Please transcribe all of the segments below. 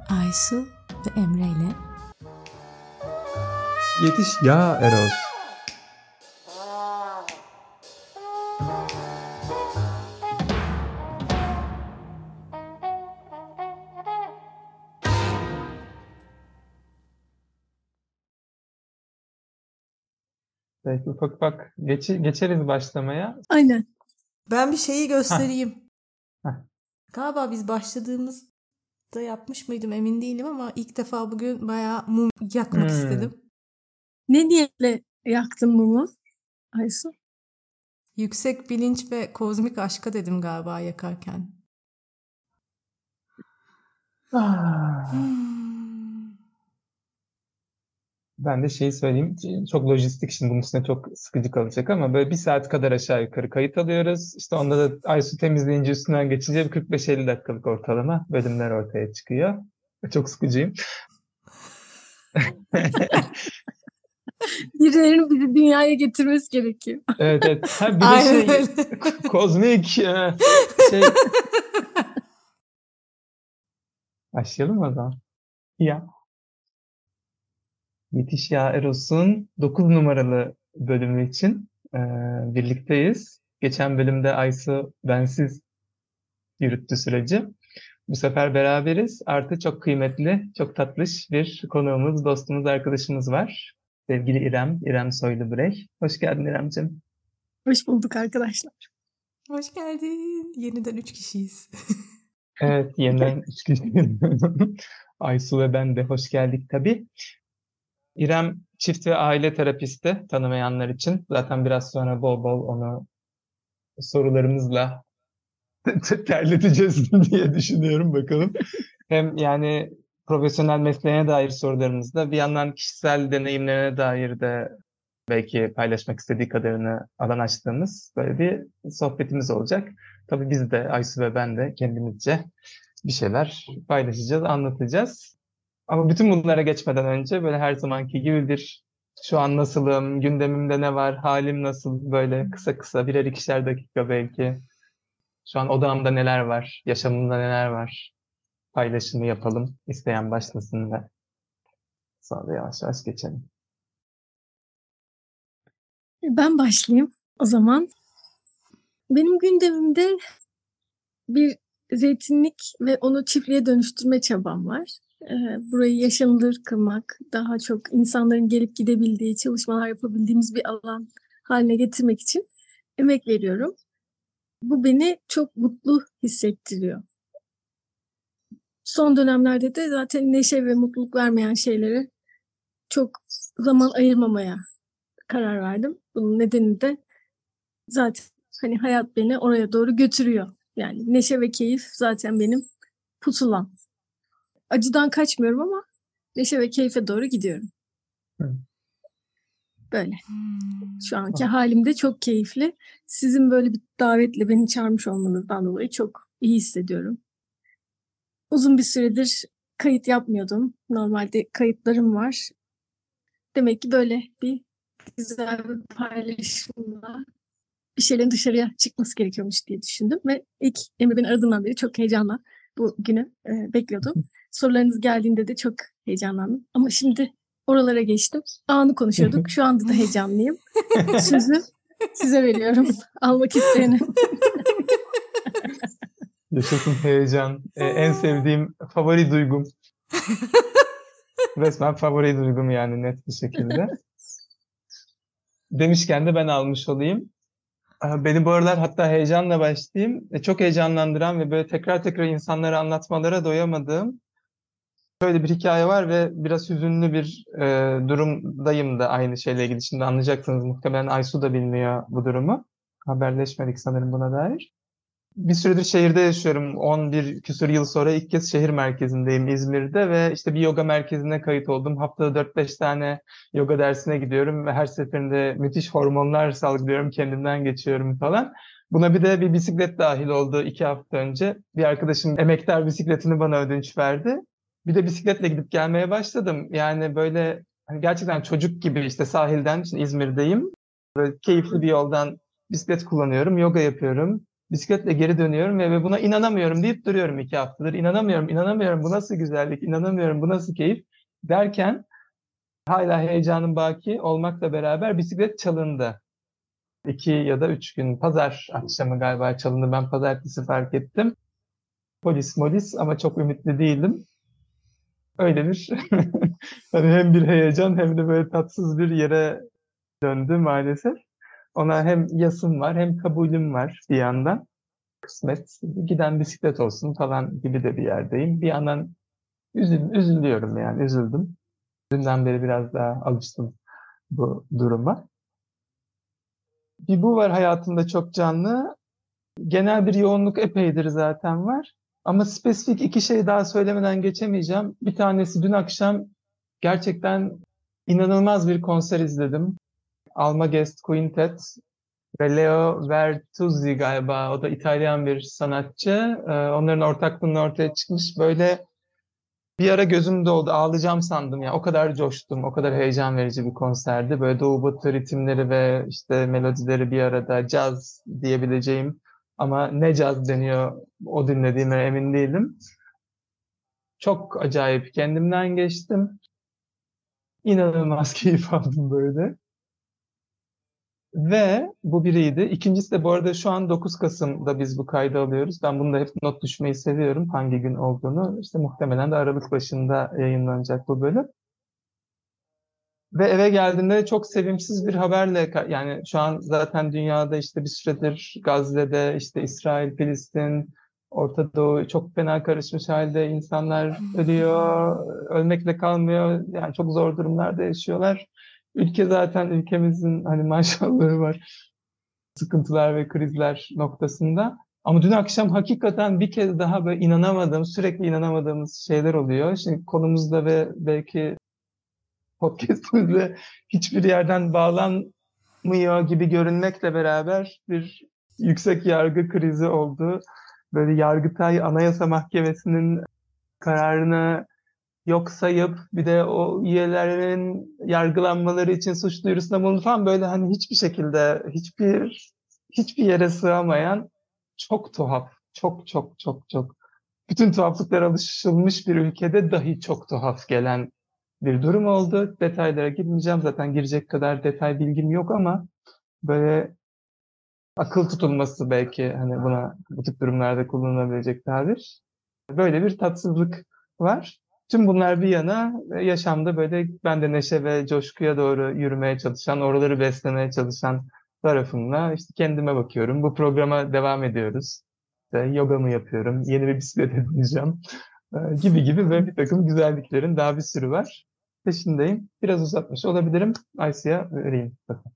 Aysu ve Emre ile Yetiş ya Eros. Evet, ufak ufak geçeriz başlamaya. Aynen. Ben bir şeyi göstereyim. Heh. Galiba biz başladığımızda yapmış mıydım emin değilim ama ilk defa bugün bayağı mum yakmak istedim. Ne niyetle yaktın mumu Aysu? Yüksek bilinç ve kozmik aşka dedim galiba yakarken. Ben de şeyi söyleyeyim. Çok lojistik, şimdi bunun üstüne çok sıkıcı kalacak ama böyle 1 saat kadar aşağı yukarı kayıt alıyoruz. İşte onda da Aysu temizleyince üstünden geçince 45-50 dakikalık ortalama bölümler ortaya çıkıyor. Çok sıkıcıyım. Birilerinin bizi dünyaya getirmesi gerekiyor. Evet. Ha, bir de Aynen kozmik Başlayalım mı o zaman? Ya. Yetiş Ya Eros'un 9 numaralı bölümü için birlikteyiz. Geçen bölümde Aysu bensiz yürüttü süreci. Bu sefer beraberiz. Artı çok kıymetli, çok tatlış bir konuğumuz, dostumuz, arkadaşımız var. Sevgili İrem Soylu Birey. Hoş geldin İremciğim. Hoş bulduk arkadaşlar. Hoş geldin. Yeniden 3 kişiyiz. Evet, yeniden 3 kişi. Aysu ve ben de hoş geldik tabii. İrem çift ve aile terapisti, tanımayanlar için. Zaten biraz sonra bol bol onu sorularımızla terleteceğiz diye düşünüyorum, bakalım. Hem yani profesyonel mesleğine dair sorularımızda, bir yandan kişisel deneyimlerine dair de belki paylaşmak istediği kadarını alan açtığımız böyle bir sohbetimiz olacak. Tabii biz de, Aysu ve ben de kendimizce bir şeyler paylaşacağız, anlatacağız. Ama bütün bunlara geçmeden önce böyle her zamanki gibi bir şu an nasılım, gündemimde ne var, halim nasıl, böyle kısa kısa birer ikişer dakika belki. Şu an odağımda neler var, yaşamımda neler var paylaşımı yapalım. İsteyen başlasın ve sonra yavaş yavaş geçelim. Ben başlayayım o zaman. Benim gündemimde bir zeytinlik ve onu çiftliğe dönüştürme çabam var. Burayı yaşanılır kılmak, daha çok insanların gelip gidebildiği, çalışmalar yapabildiğimiz bir alan haline getirmek için emek veriyorum. Bu beni çok mutlu hissettiriyor. Son dönemlerde de zaten neşe ve mutluluk vermeyen şeylere çok zaman ayırmamaya karar verdim. Bunun nedeni de zaten hani hayat beni oraya doğru götürüyor. Yani neşe ve keyif zaten benim pusulam. Acıdan kaçmıyorum ama neşe ve keyfe doğru gidiyorum. Böyle. Şu anki halim de çok keyifli. Sizin böyle bir davetle beni çağırmış olmanızdan dolayı çok iyi hissediyorum. Uzun bir süredir kayıt yapmıyordum. Normalde kayıtlarım var. Demek ki böyle bir güzel bir paylaşımla bir şeylerin dışarıya çıkması gerekiyormuş diye düşündüm. Ve ilk Emre beni aradığından beri çok heyecanla bu günü bekliyordum. Sorularınız geldiğinde de çok heyecanlandım. Ama şimdi oralara geçtim. Anı konuşuyorduk. Şu anda da heyecanlıyım. Sözü size veriyorum. Almak isteyene. Yaşasın heyecan. En sevdiğim, favori duygum. Resmen favori duygum yani, net bir şekilde. Demişken de ben almış olayım. Beni bu aralar, hatta heyecanla başlayayım, çok heyecanlandıran ve böyle tekrar tekrar insanlara anlatmalara doyamadığım böyle bir hikaye var ve biraz hüzünlü bir durumdayım da aynı şeyle ilgili. Şimdi anlayacaksınız muhtemelen, Aysu da bilmiyor bu durumu. Haberleşmedik sanırım buna dair. Bir süredir şehirde yaşıyorum. 11 küsur yıl sonra ilk kez şehir merkezindeyim, İzmir'de, ve işte bir yoga merkezine kayıt oldum. Haftada 4-5 tane yoga dersine gidiyorum ve her seferinde müthiş hormonlar salgılıyorum, kendimden geçiyorum falan. Buna bir de bir bisiklet dahil oldu 2 hafta önce. Bir arkadaşım emektar bisikletini bana ödünç verdi. Bir de bisikletle gidip gelmeye başladım. Yani böyle hani gerçekten çocuk gibi, işte sahilden, şimdi İzmir'deyim. Böyle keyifli bir yoldan bisiklet kullanıyorum, yoga yapıyorum. Bisikletle geri dönüyorum ve buna inanamıyorum deyip duruyorum 2 haftadır. İnanamıyorum, bu nasıl güzellik, inanamıyorum, bu nasıl keyif derken hala heyecanım baki olmakla beraber bisiklet çalındı. 2 ya da 3 gün, pazar akşamı galiba çalındı. Ben pazartesi fark ettim. Polis ama çok ümitli değildim. Öyle bir hani hem bir heyecan hem de böyle tatsız bir yere döndü maalesef. Ona hem yasım var hem kabulüm var bir yandan. Kısmet giden bisiklet olsun falan gibi de bir yerdeyim. Bir yandan üzülüyorum, yani üzüldüm. Dünden beri biraz daha alıştım bu duruma. Bir bu var hayatımda çok canlı. Genel bir yoğunluk epeydir zaten var. Ama spesifik 2 şey daha söylemeden geçemeyeceğim. Bir tanesi, dün akşam gerçekten inanılmaz bir konser izledim. Almagest Quintet ve Leo Vertuzzi galiba. O da İtalyan bir sanatçı. Onların ortaklığında ortaya çıkmış. Böyle bir ara gözüm doldu. Ağlayacağım sandım ya. O kadar coştum. O kadar heyecan verici bir konserdi. Böyle Doğu Batı ritimleri ve işte melodileri bir arada, caz diyebileceğim. Ama ne caz deniyor o dinlediğime emin değilim. Çok acayip. Kendimden geçtim. İnanılmaz keyif aldım böyle. Ve bu biriydi. İkincisi de bu arada şu an 9 Kasım'da biz bu kaydı alıyoruz. Ben bunu da hep not düşmeyi seviyorum, hangi gün olduğunu. İşte muhtemelen de Aralık başında yayınlanacak bu bölüm. Ve eve geldiğimde çok sevimsiz bir haberle, yani şu an zaten dünyada işte bir süredir Gazze'de, işte İsrail, Filistin, Orta Doğu çok fena karışmış halde, insanlar ölüyor, ölmekle kalmıyor. Yani çok zor durumlarda yaşıyorlar. Ülke zaten, ülkemizin hani maşallahı var sıkıntılar ve krizler noktasında. Ama dün akşam hakikaten bir kez daha böyle sürekli inanamadığımız şeyler oluyor. Şimdi konumuzda ve belki podcast'imizle hiçbir yerden bağlanmıyor gibi görünmekle beraber bir yüksek yargı krizi oldu. Böyle Yargıtay Anayasa Mahkemesi'nin kararını yok sayıp bir de o üyelerin yargılanmaları için suç duyurusunda bulundu falan, böyle hani hiçbir şekilde hiçbir yere sığamayan, çok tuhaf, çok bütün tuhaflıklara alışılmış bir ülkede dahi çok tuhaf gelen bir durum oldu. Detaylara girmeyeceğim. Zaten girecek kadar detay bilgim yok ama böyle akıl tutulması belki hani buna, bu tip durumlarda kullanılabilecek tabir. Böyle bir tatsızlık var. Tüm bunlar bir yana, yaşamda böyle ben de neşe ve coşkuya doğru yürümeye çalışan, oraları beslemeye çalışan tarafımla işte kendime bakıyorum. Bu programa devam ediyoruz. İşte yogamı yapıyorum, yeni bir bisiklet edineceğim gibi gibi böyle bir takım güzelliklerin daha bir sürü var. Peşindeyim. Biraz uzatmış olabilirim. Aysu'ya vereyim.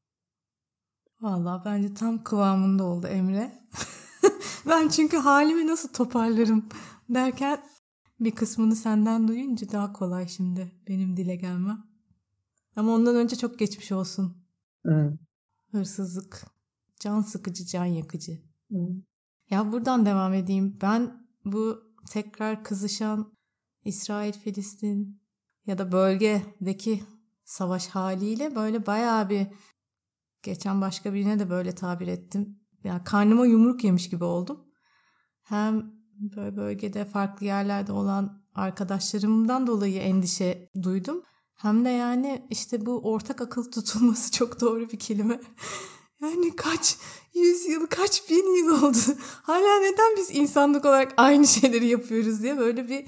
Vallahi bence tam kıvamında oldu Emre. Ben çünkü halimi nasıl toparlarım derken bir kısmını senden duyunca daha kolay şimdi benim dile gelmem. Ama ondan önce çok geçmiş olsun. Hmm. Hırsızlık. Can sıkıcı, can yakıcı. Hmm. Ya buradan devam edeyim. Ben bu tekrar kızışan İsrail-Filistin ya da bölgedeki savaş haliyle böyle bayağı bir, geçen başka birine de böyle tabir ettim. Yani karnıma yumruk yemiş gibi oldum. Hem böyle bölgede farklı yerlerde olan arkadaşlarımdan dolayı endişe duydum. Hem de yani işte bu ortak akıl tutulması çok doğru bir kelime. Yani kaç yüz yıl, kaç bin yıl oldu. Hala neden biz insanlık olarak aynı şeyleri yapıyoruz diye böyle bir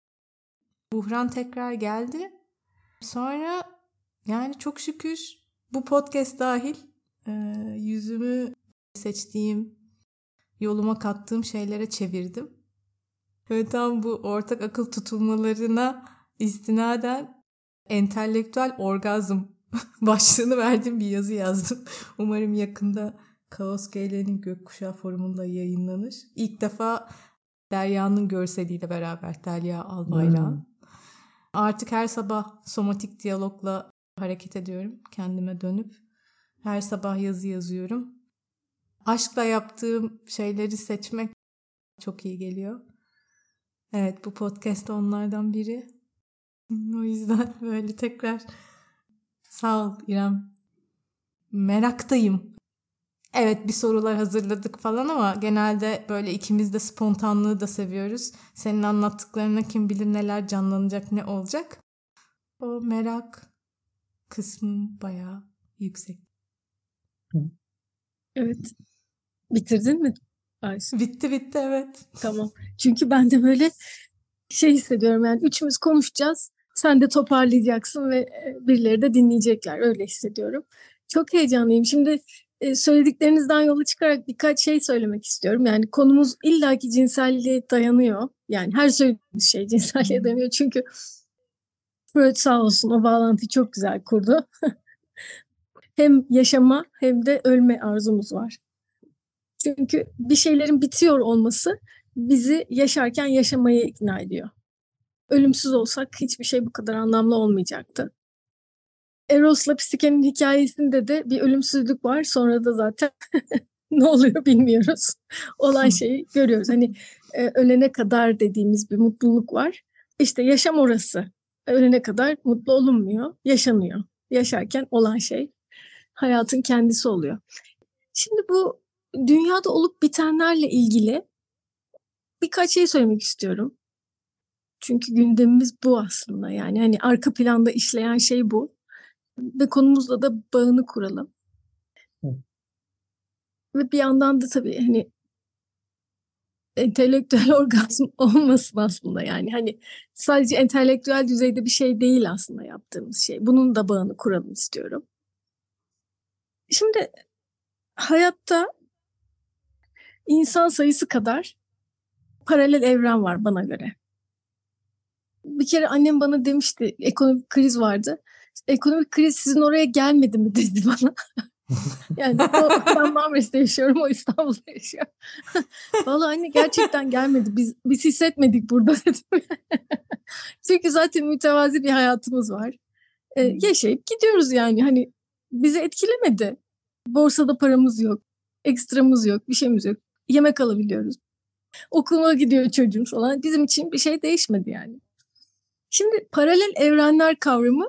buhran tekrar geldi. Sonra yani çok şükür bu podcast dahil yüzümü seçtiğim, yoluma kattığım şeylere çevirdim. Ve tam bu ortak akıl tutulmalarına istinaden entelektüel orgazm başlığını verdiğim bir yazı yazdım. Umarım yakında Kaos GL'nin Gökkuşağı forumunda yayınlanır. İlk defa Derya'nın görseliyle beraber, Derya Albayrak'ın. Artık her sabah somatik diyalogla hareket ediyorum. Kendime dönüp her sabah yazı yazıyorum. Aşkla yaptığım şeyleri seçmek çok iyi geliyor. Evet, bu podcast onlardan biri. O yüzden böyle tekrar sağ ol İrem. Meraktayım. Evet, bir sorular hazırladık falan ama genelde böyle ikimiz de spontanlığı da seviyoruz. Senin anlattıklarına kim bilir neler canlanacak, ne olacak. O merak kısmı bayağı yüksek. Evet. Bitirdin mi Ayşe? Bitti evet. Tamam. Çünkü ben de böyle şey hissediyorum, yani üçümüz konuşacağız. Sen de toparlayacaksın ve birileri de dinleyecekler. Öyle hissediyorum. Çok heyecanlıyım. Şimdi söylediklerinizden yola çıkarak birkaç şey söylemek istiyorum. Yani konumuz illaki cinselliğe dayanıyor. Yani her söylediğimiz şey cinselliğe dayanıyor. Çünkü Freud sağ olsun o bağlantıyı çok güzel kurdu. Hem yaşama hem de ölme arzumuz var. Çünkü bir şeylerin bitiyor olması bizi yaşarken yaşamaya ikna ediyor. Ölümsüz olsak hiçbir şey bu kadar anlamlı olmayacaktı. Eros'la Psike'nin hikayesinde de bir ölümsüzlük var. Sonra da zaten ne oluyor bilmiyoruz. Olan şeyi görüyoruz. Hani ölene kadar dediğimiz bir mutluluk var. İşte yaşam orası. Ölene kadar mutlu olunmuyor, yaşanıyor. Yaşarken olan şey hayatın kendisi oluyor. Şimdi bu dünyada olup bitenlerle ilgili birkaç şey söylemek istiyorum. Çünkü gündemimiz bu aslında. Yani hani arka planda işleyen şey bu. Ve konumuzla da bağını kuralım. Hı. Ve bir yandan da tabii hani entelektüel orgazm olmasın aslında, yani hani sadece entelektüel düzeyde bir şey değil aslında yaptığımız şey. Bunun da bağını kuralım istiyorum. Şimdi hayatta insan sayısı kadar paralel evren var bana göre. Bir kere annem bana demişti, ekonomik kriz vardı. Ekonomik kriz sizin oraya gelmedi mi dedi bana. Yani ben Marmaris'te yaşıyorum, o İstanbul'da yaşıyor. Vallahi anne gerçekten gelmedi. Biz hissetmedik burada dedim. Çünkü zaten mütevazi bir hayatımız var. Yaşayıp gidiyoruz yani. Hani bizi etkilemedi. Borsada paramız yok. Ekstramız yok. Bir şeyimiz yok. Yemek alabiliyoruz. Okula gidiyor çocuğum falan. Bizim için bir şey değişmedi yani. Şimdi paralel evrenler kavramı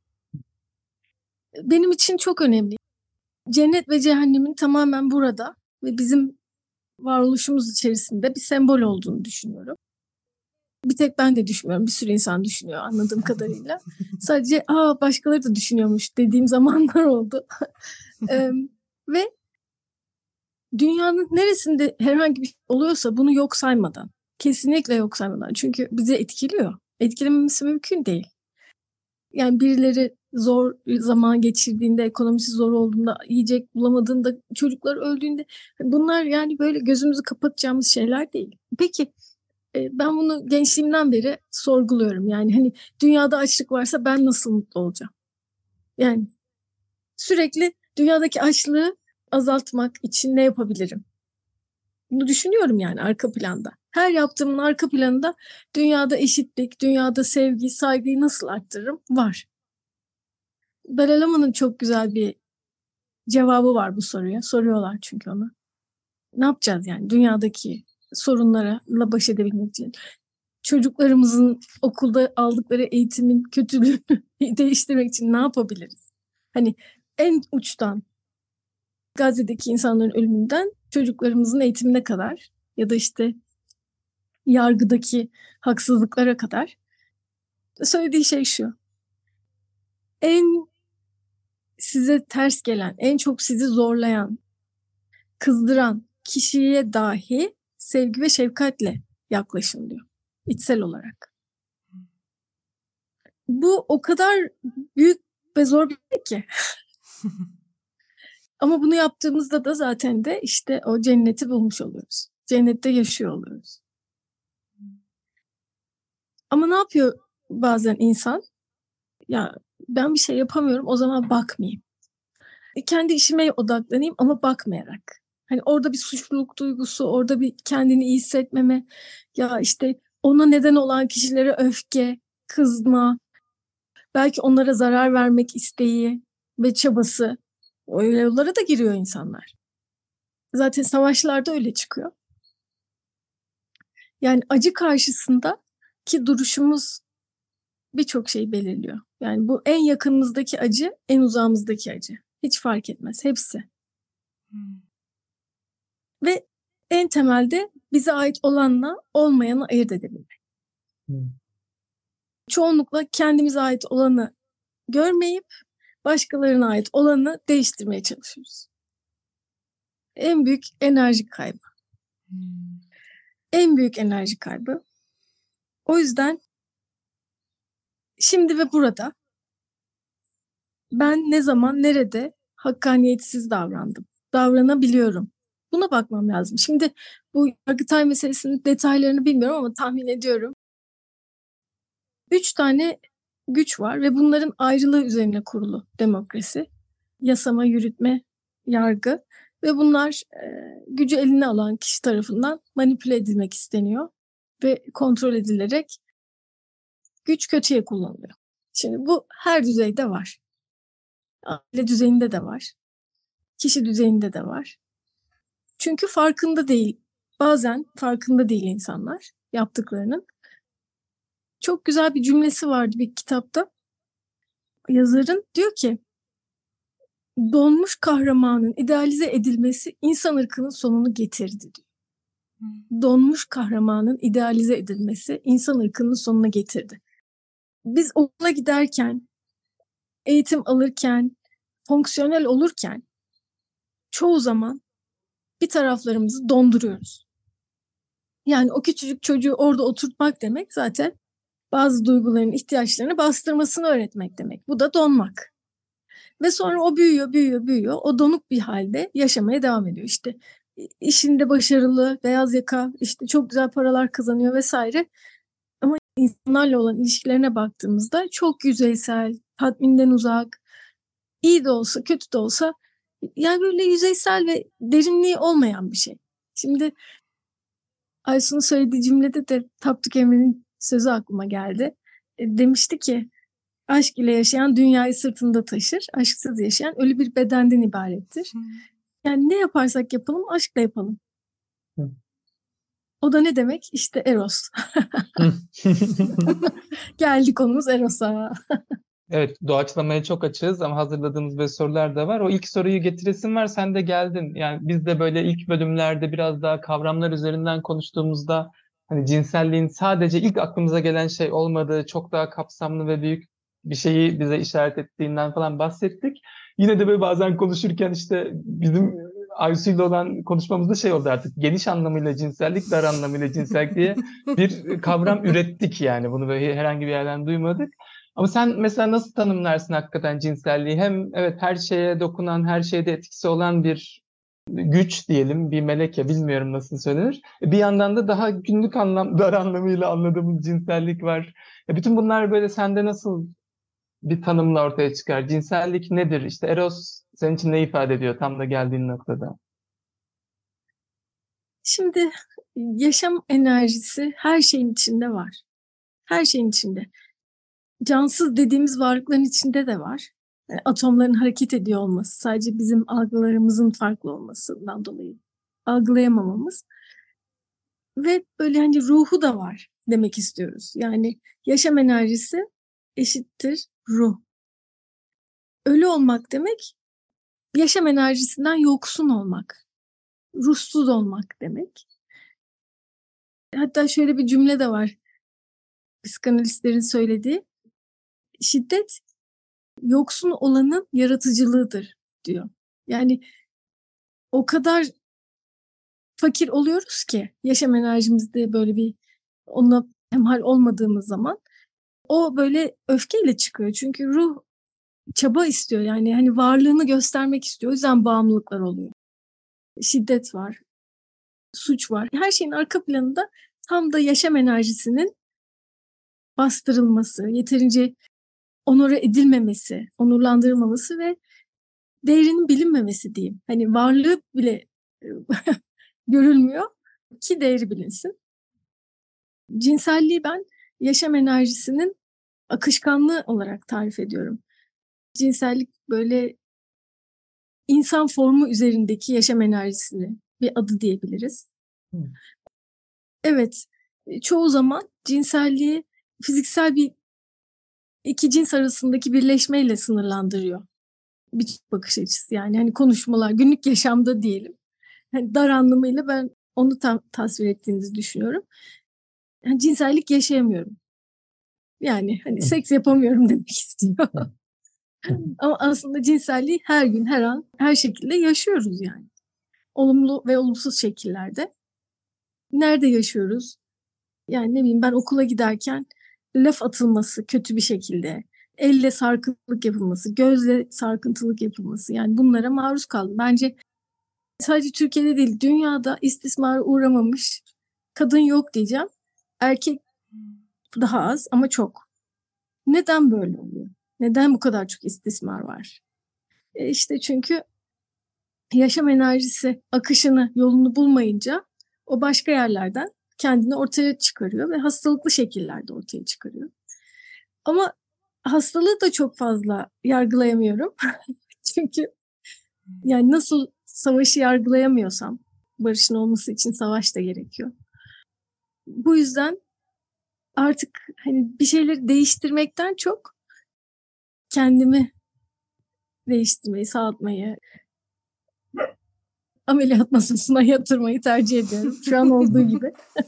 benim için çok önemli. Cennet ve cehennemin tamamen burada ve bizim varoluşumuz içerisinde bir sembol olduğunu düşünüyorum. Bir tek ben de düşünmüyorum. Bir sürü insan düşünüyor anladığım kadarıyla. Sadece başkaları da düşünüyormuş dediğim zamanlar oldu. Ve dünyanın neresinde herhangi bir şey oluyorsa bunu yok saymadan, kesinlikle yok saymadan. Çünkü bizi etkiliyor. Etkilememesi mümkün değil. Yani birileri zor zaman geçirdiğinde, ekonomisi zor olduğunda, yiyecek bulamadığında, çocuklar öldüğünde, bunlar yani böyle gözümüzü kapatacağımız şeyler değil. Peki ben bunu gençliğimden beri sorguluyorum. Yani hani dünyada açlık varsa ben nasıl mutlu olacağım? Yani sürekli dünyadaki açlığı azaltmak için ne yapabilirim? Bunu düşünüyorum yani arka planda. Her yaptığımın arka planında dünyada eşitlik, dünyada sevgi, saygıyı nasıl arttırırım var. Dalai Lama'nın çok güzel bir cevabı var bu soruya. Soruyorlar çünkü onu. Ne yapacağız yani dünyadaki sorunlarla baş edebilmek için? Çocuklarımızın okulda aldıkları eğitimin kötülüğünü değiştirmek için ne yapabiliriz? Hani en uçtan Gazze'deki insanların ölümünden çocuklarımızın eğitimine kadar ya da işte yargıdaki haksızlıklara kadar söylediği şey şu. En size ters gelen, en çok sizi zorlayan, kızdıran kişiye dahi sevgi ve şefkatle yaklaşın diyor. İçsel olarak. Bu o kadar büyük ve zor bir şey ki. Ama bunu yaptığımızda da zaten de işte o cenneti bulmuş oluyoruz. Cennette yaşıyor oluyoruz. Ama ne yapıyor bazen insan? Ya ben bir şey yapamıyorum, o zaman bakmayayım. Kendi işime odaklanayım ama bakmayarak. Hani orada bir suçluluk duygusu, orada bir kendini iyi hissetmeme, ya işte ona neden olan kişilere öfke, kızma, belki onlara zarar vermek isteği ve çabası, öyle yollara da giriyor insanlar. Zaten savaşlarda öyle çıkıyor. Yani acı karşısında ki duruşumuz birçok şey belirliyor. Yani bu en yakınımızdaki acı, en uzağımızdaki acı. Hiç fark etmez. Hepsi. Ve en temelde bize ait olanla olmayanı ayırt edebilmek. Çoğunlukla kendimize ait olanı görmeyip başkalarına ait olanı değiştirmeye çalışıyoruz. En büyük enerji kaybı. En büyük enerji kaybı. O yüzden şimdi ve burada ben ne zaman, nerede hakkaniyetsiz davrandım, davranabiliyorum. Buna bakmam lazım. Şimdi bu Yargıtay meselesinin detaylarını bilmiyorum ama tahmin ediyorum. 3 tane güç var ve bunların ayrılığı üzerine kurulu demokrasi. Yasama, yürütme, yargı ve bunlar gücü eline alan kişi tarafından manipüle edilmek isteniyor ve kontrol edilerek güç kötüye kullanılıyor. Şimdi bu her düzeyde var. Aile düzeyinde de var. Kişi düzeyinde de var. Çünkü farkında değil. Bazen farkında değil insanlar yaptıklarının. Çok güzel bir cümlesi vardı bir kitapta. Yazarın diyor ki, donmuş kahramanın idealize edilmesi insan ırkının sonunu getirdi diyor. Donmuş kahramanın idealize edilmesi insan ırkının sonuna getirdi. Biz okula giderken, eğitim alırken, fonksiyonel olurken çoğu zaman bir taraflarımızı donduruyoruz. Yani o küçücük çocuğu orada oturtmak demek zaten bazı duyguların ihtiyaçlarını bastırmasını öğretmek demek. Bu da donmak. Ve sonra o büyüyor. O donuk bir halde yaşamaya devam ediyor. İşte işinde başarılı, beyaz yaka, işte çok güzel paralar kazanıyor vesaire. Ama insanlarla olan ilişkilerine baktığımızda çok yüzeysel, tatminden uzak, iyi de olsa, kötü de olsa yani böyle yüzeysel ve derinliği olmayan bir şey. Şimdi Aysun'un söylediği cümlede de Tapduk Emre'nin sözü aklıma geldi. Demişti ki, aşk ile yaşayan dünyayı sırtında taşır, aşksız yaşayan ölü bir bedenden ibarettir. Yani ne yaparsak yapalım aşkla yapalım. O da ne demek? İşte Eros. Geldik konumuz Eros'a. Evet, doğaçlamaya çok açığız ama hazırladığımız böyle sorular da var. O ilk soruyu getiresim var, sen de geldin. Yani biz de böyle ilk bölümlerde biraz daha kavramlar üzerinden konuştuğumuzda hani cinselliğin sadece ilk aklımıza gelen şey olmadığı, çok daha kapsamlı ve büyük bir şeyi bize işaret ettiğinden falan bahsettik. Yine de böyle bazen konuşurken işte bizim Aysu'yla olan konuşmamızda şey oldu artık. Geniş anlamıyla cinsellik, dar anlamıyla cinsellik diye bir kavram ürettik yani. Bunu böyle herhangi bir yerden duymadık. Ama sen mesela nasıl tanımlarsın hakikaten cinselliği? Hem evet her şeye dokunan, her şeyde etkisi olan bir güç diyelim, bir meleke, bilmiyorum nasıl söylenir. Bir yandan da daha günlük anlam, dar anlamıyla anladığımız cinsellik var. Bütün bunlar böyle sende nasıl bir tanımla ortaya çıkar? Cinsellik nedir? İşte Eros senin için ne ifade ediyor tam da geldiğin noktada? Şimdi yaşam enerjisi her şeyin içinde var. Her şeyin içinde. Cansız dediğimiz varlıkların içinde de var. Yani atomların hareket ediyor olması, sadece bizim algılarımızın farklı olmasından dolayı algılayamamamız. Ve böyle hani ruhu da var demek istiyoruz. Yani yaşam enerjisi eşittir ruh. Ölü olmak demek yaşam enerjisinden yoksun olmak, ruhsuz olmak demek. Hatta şöyle bir cümle de var psikanalistlerin söylediği. Şiddet yoksun olanın yaratıcılığıdır diyor. Yani o kadar fakir oluyoruz ki yaşam enerjimizde böyle bir onunla hemhal olmadığımız zaman o böyle öfkeyle çıkıyor. Çünkü ruh çaba istiyor, yani hani varlığını göstermek istiyor. O yüzden bağımlılıklar oluyor. Şiddet var, suç var. Her şeyin arka planında tam da yaşam enerjisinin bastırılması, yeterince onore edilmemesi, onurlandırılmaması ve değerinin bilinmemesi diyeyim. Hani varlığı bile görülmüyor ki değeri bilinsin. Cinselliği ben yaşam enerjisinin akışkanlığı olarak tarif ediyorum. Cinsellik böyle insan formu üzerindeki yaşam enerjisini bir adı diyebiliriz. Evet, çoğu zaman cinselliği fiziksel bir iki cins arasındaki birleşmeyle sınırlandırıyor bir bakış açısı. Yani hani konuşmalar, günlük yaşamda diyelim. hani dar anlamıyla ben onu tasvir ettiğinizi düşünüyorum. Yani cinsellik yaşayamıyorum. Yani hani seks yapamıyorum demek istiyor. Ama aslında cinselliği her gün, her an, her şekilde yaşıyoruz yani. Olumlu ve olumsuz şekillerde. Nerede yaşıyoruz? Yani ne bileyim, ben okula giderken laf atılması kötü bir şekilde, elle sarkıntılık yapılması, gözle sarkıntılık yapılması, yani bunlara maruz kaldım. Bence sadece Türkiye'de değil, dünyada istismara uğramamış kadın yok diyeceğim. Erkek daha az ama çok. Neden böyle oluyor? Neden bu kadar çok istismar var? İşte çünkü yaşam enerjisi akışını, yolunu bulmayınca o başka yerlerden kendini ortaya çıkarıyor ve hastalıklı şekillerde ortaya çıkarıyor. Ama hastalığı da çok fazla yargılayamıyorum. Çünkü yani nasıl savaşı yargılayamıyorsam, barışın olması için savaş da gerekiyor. Bu yüzden artık hani bir şeyleri değiştirmekten çok kendimi değiştirmeyi, sağaltmayı, ameliyat masasına yatırmayı tercih ediyorum. Şu an olduğu gibi.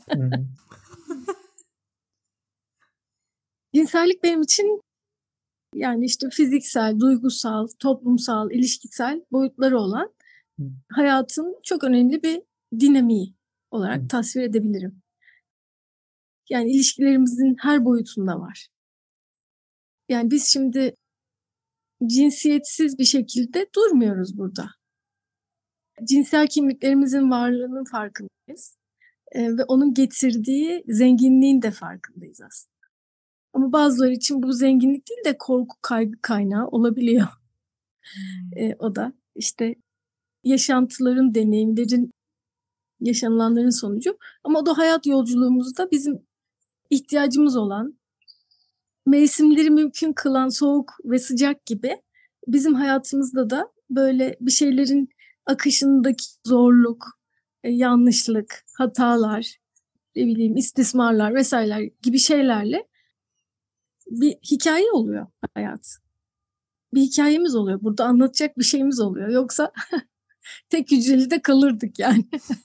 Cinsellik benim için yani işte fiziksel, duygusal, toplumsal, ilişkisel boyutları olan hayatın çok önemli bir dinamiği olarak tasvir edebilirim. Yani ilişkilerimizin her boyutunda var. Yani biz şimdi cinsiyetsiz bir şekilde durmuyoruz burada. Cinsel kimliklerimizin varlığının farkındayız. Ve onun getirdiği zenginliğin de farkındayız aslında. Ama bazıları için bu zenginlik değil de korku, kaygı kaynağı olabiliyor. O da işte yaşantıların, deneyimlerin, yaşanılanların sonucu. Ama o da hayat yolculuğumuzda bizim ihtiyacımız olan, mevsimleri mümkün kılan soğuk ve sıcak gibi bizim hayatımızda da böyle bir şeylerin akışındaki zorluk, yanlışlık, hatalar, ne bileyim istismarlar vesaireler gibi şeylerle bir hikaye oluyor hayat. Bir hikayemiz oluyor. Burada anlatacak bir şeyimiz oluyor. Yoksa tek hücreli de kalırdık yani.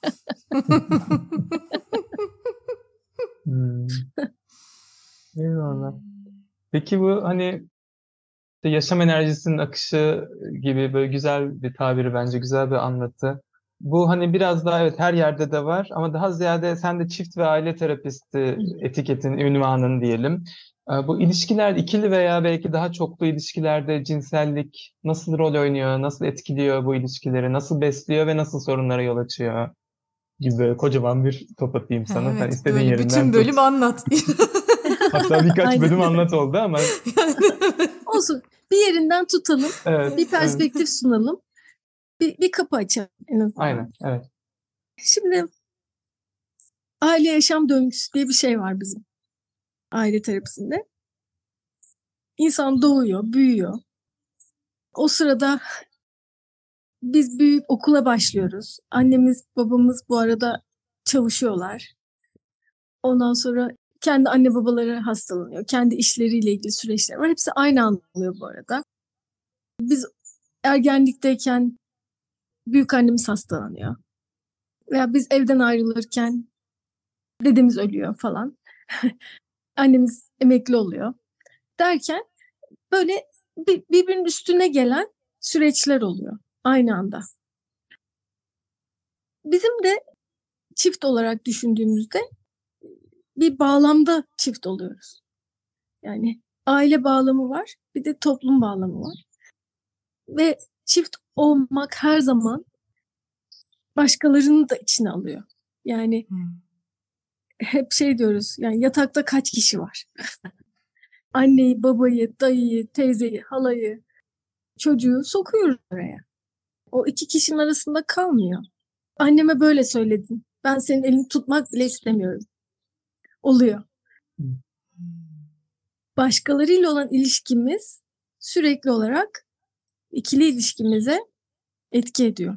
Eyvallah. Peki bu hani işte yaşam enerjisinin akışı gibi böyle güzel bir tabiri, bence güzel bir anlatı. Bu hani biraz daha evet her yerde de var ama daha ziyade sen de çift ve aile terapisti etiketin, ünvanın diyelim. Bu ilişkiler, ikili veya belki daha çoklu ilişkilerde cinsellik nasıl rol oynuyor, nasıl etkiliyor bu ilişkileri, nasıl besliyor ve nasıl sorunlara yol açıyor gibi böyle kocaman bir top atayım sana. Sen Evet, istediğin böyle yerinden bütün tut. bölüm anlat. Hatta birkaç Aynen. bölüm anlat oldu ama Olsun. Bir yerinden tutalım. evet, Bir perspektif sunalım. Bir kapı açalım en azından. aynen, evet. Şimdi aile yaşam döngüsü diye bir şey var bizim aile terapisinde. İnsan doğuyor, büyüyor. O sırada biz büyüyüp okula başlıyoruz. Annemiz, babamız bu arada çalışıyorlar. Ondan sonra kendi anne babaları hastalanıyor. Kendi işleriyle ilgili süreçler var. Hepsi aynı anda oluyor bu arada. Biz ergenlikteyken büyük annemiz hastalanıyor. Veya biz evden ayrılırken dedemiz ölüyor falan. Annemiz emekli oluyor. Derken böyle birbirinin üstüne gelen süreçler oluyor aynı anda. Bizim de çift olarak düşündüğümüzde bir bağlamda çift oluyoruz. Yani aile bağlamı var, bir de toplum bağlamı var. Ve çift olmak her zaman başkalarını da içine alıyor. Yani hep şey diyoruz, yani yatakta kaç kişi var? Anneyi, babayı, dayıyı, teyzeyi, halayı, çocuğu sokuyoruz oraya. O iki kişinin arasında kalmıyor. Anneme böyle söyledin. Ben senin elini tutmak bile istemiyorum. Oluyor. Başkalarıyla olan ilişkimiz sürekli olarak ikili ilişkimize etki ediyor.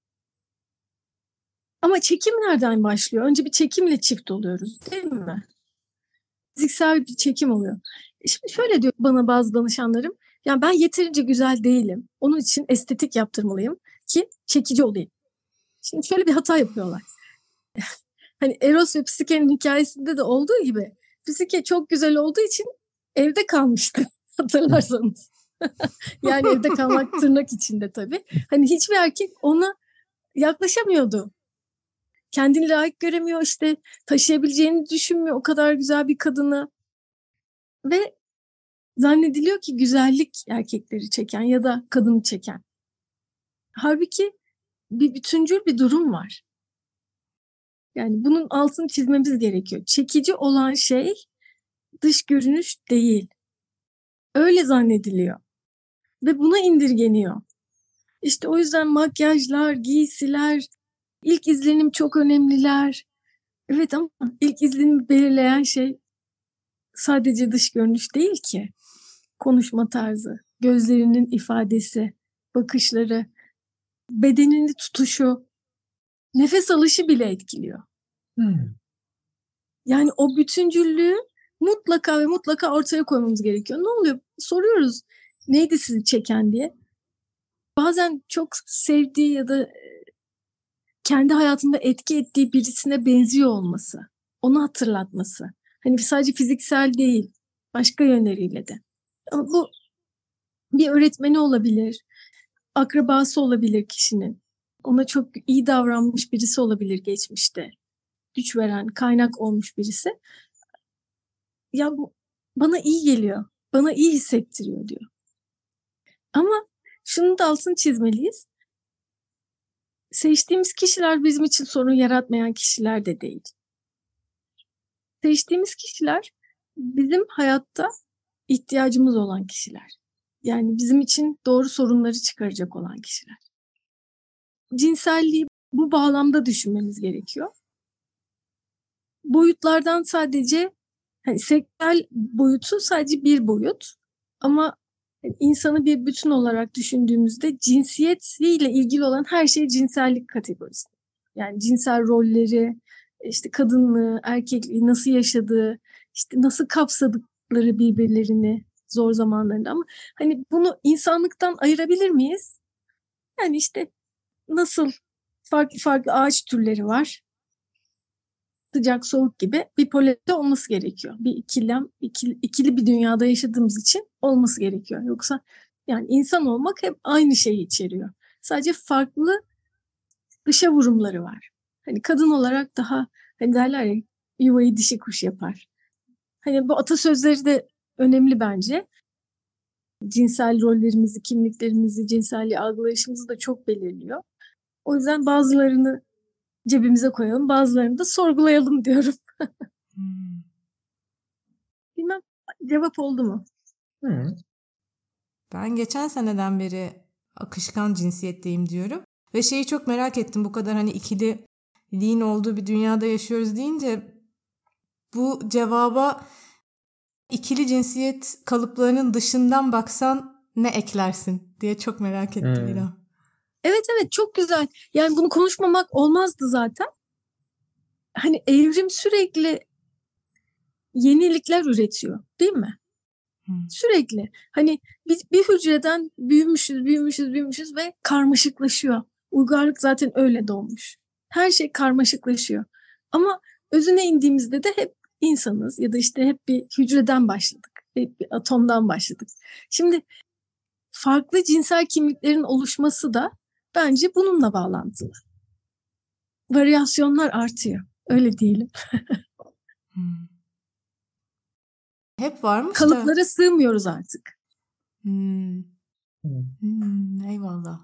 Ama çekim nereden başlıyor? Önce bir çekimle çift oluyoruz, değil mi? Fiziksel bir çekim oluyor. Şimdi şöyle diyor bana bazı danışanlarım. Yani ben yeterince güzel değilim. Onun için estetik yaptırmalıyım ki çekici olayım. Şimdi şöyle bir hata yapıyorlar. Hani Eros ve Psike'nin hikayesinde de olduğu gibi Psike çok güzel olduğu için evde kalmıştı hatırlarsanız. Yani evde kalmak tırnak içinde tabii. Hani hiçbir erkek ona yaklaşamıyordu. Kendini layık göremiyor, işte taşıyabileceğini düşünmüyor o kadar güzel bir kadını. Ve zannediliyor ki güzellik erkekleri çeken ya da kadını çeken. Halbuki bir bütüncül bir durum var. Yani bunun altını çizmemiz gerekiyor. Çekici olan şey dış görünüş değil. Öyle zannediliyor. Ve buna indirgeniyor. İşte o yüzden makyajlar, giysiler, ilk izlenim çok önemliler. Evet ama ilk izlenimi belirleyen şey sadece dış görünüş değil ki. Konuşma tarzı, gözlerinin ifadesi, bakışları, bedenini tutuşu, nefes alışı bile etkiliyor. Yani o bütüncüllüğü mutlaka ve mutlaka ortaya koymamız gerekiyor. Ne oluyor? Soruyoruz neydi sizi çeken diye. Bazen çok sevdiği ya da kendi hayatında etki ettiği birisine benziyor olması, onu hatırlatması. Hani sadece fiziksel değil, başka yönleriyle de. Ama bu bir öğretmeni olabilir, akrabası olabilir kişinin. Ona çok iyi davranmış birisi olabilir geçmişte. Güç veren, kaynak olmuş birisi. Ya bu bana iyi geliyor, bana iyi hissettiriyor diyor. Ama şunun da altını çizmeliyiz. Seçtiğimiz kişiler bizim için sorun yaratmayan kişiler de değil. Seçtiğimiz kişiler bizim hayatta ihtiyacımız olan kişiler. Yani bizim için doğru sorunları çıkaracak olan kişiler. Cinselliği bu bağlamda düşünmemiz gerekiyor. Boyutlardan sadece, hani seksüel boyutu sadece bir boyut. Ama insanı bir bütün olarak düşündüğümüzde cinsiyetiyle ilgili olan her şey cinsellik kategorisi. Yani cinsel rolleri, işte kadınlığı, erkekliği nasıl yaşadığı, işte nasıl kapsadıkları birbirlerini zor zamanlarında. Ama hani bunu insanlıktan ayırabilir miyiz? Yani işte nasıl farklı farklı ağaç türleri var. Sıcak soğuk gibi bir polarite olması gerekiyor. Bir ikili bir dünyada yaşadığımız için olması gerekiyor. Yoksa yani insan olmak hep aynı şeyi içeriyor. Sadece farklı dışa vurumları var. Hani kadın olarak daha, hani derler ya, yuvayı dişi kuş yapar. Hani bu atasözleri de önemli bence. Cinsel rollerimizi, kimliklerimizi, cinselliği algılayışımızı da çok belirliyor. O yüzden bazılarını cebimize koyalım, bazılarını da sorgulayalım diyorum. Bilmem cevap oldu mu? Ben geçen seneden beri akışkan cinsiyetteyim diyorum. Ve şeyi çok merak ettim, bu kadar hani ikililiğin olduğu bir dünyada yaşıyoruz deyince bu cevaba ikili cinsiyet kalıplarının dışından baksan ne eklersin diye çok merak ettim İlhan. Evet çok güzel. Yani bunu konuşmamak olmazdı zaten. Hani evrim sürekli yenilikler üretiyor, değil mi? Sürekli. Hani biz bir hücreden büyümüşüz ve karmaşıklaşıyor. Uygarlık zaten öyle doğmuş. Her şey karmaşıklaşıyor. Ama özüne indiğimizde de hep insanız ya da işte hep bir hücreden başladık. Hep bir atomdan başladık. Şimdi farklı cinsel kimliklerin oluşması da bence bununla bağlantılı. Varyasyonlar artıyor. Öyle diyelim. Hep varmış Kalıplara da. sığmıyoruz artık. Eyvallah.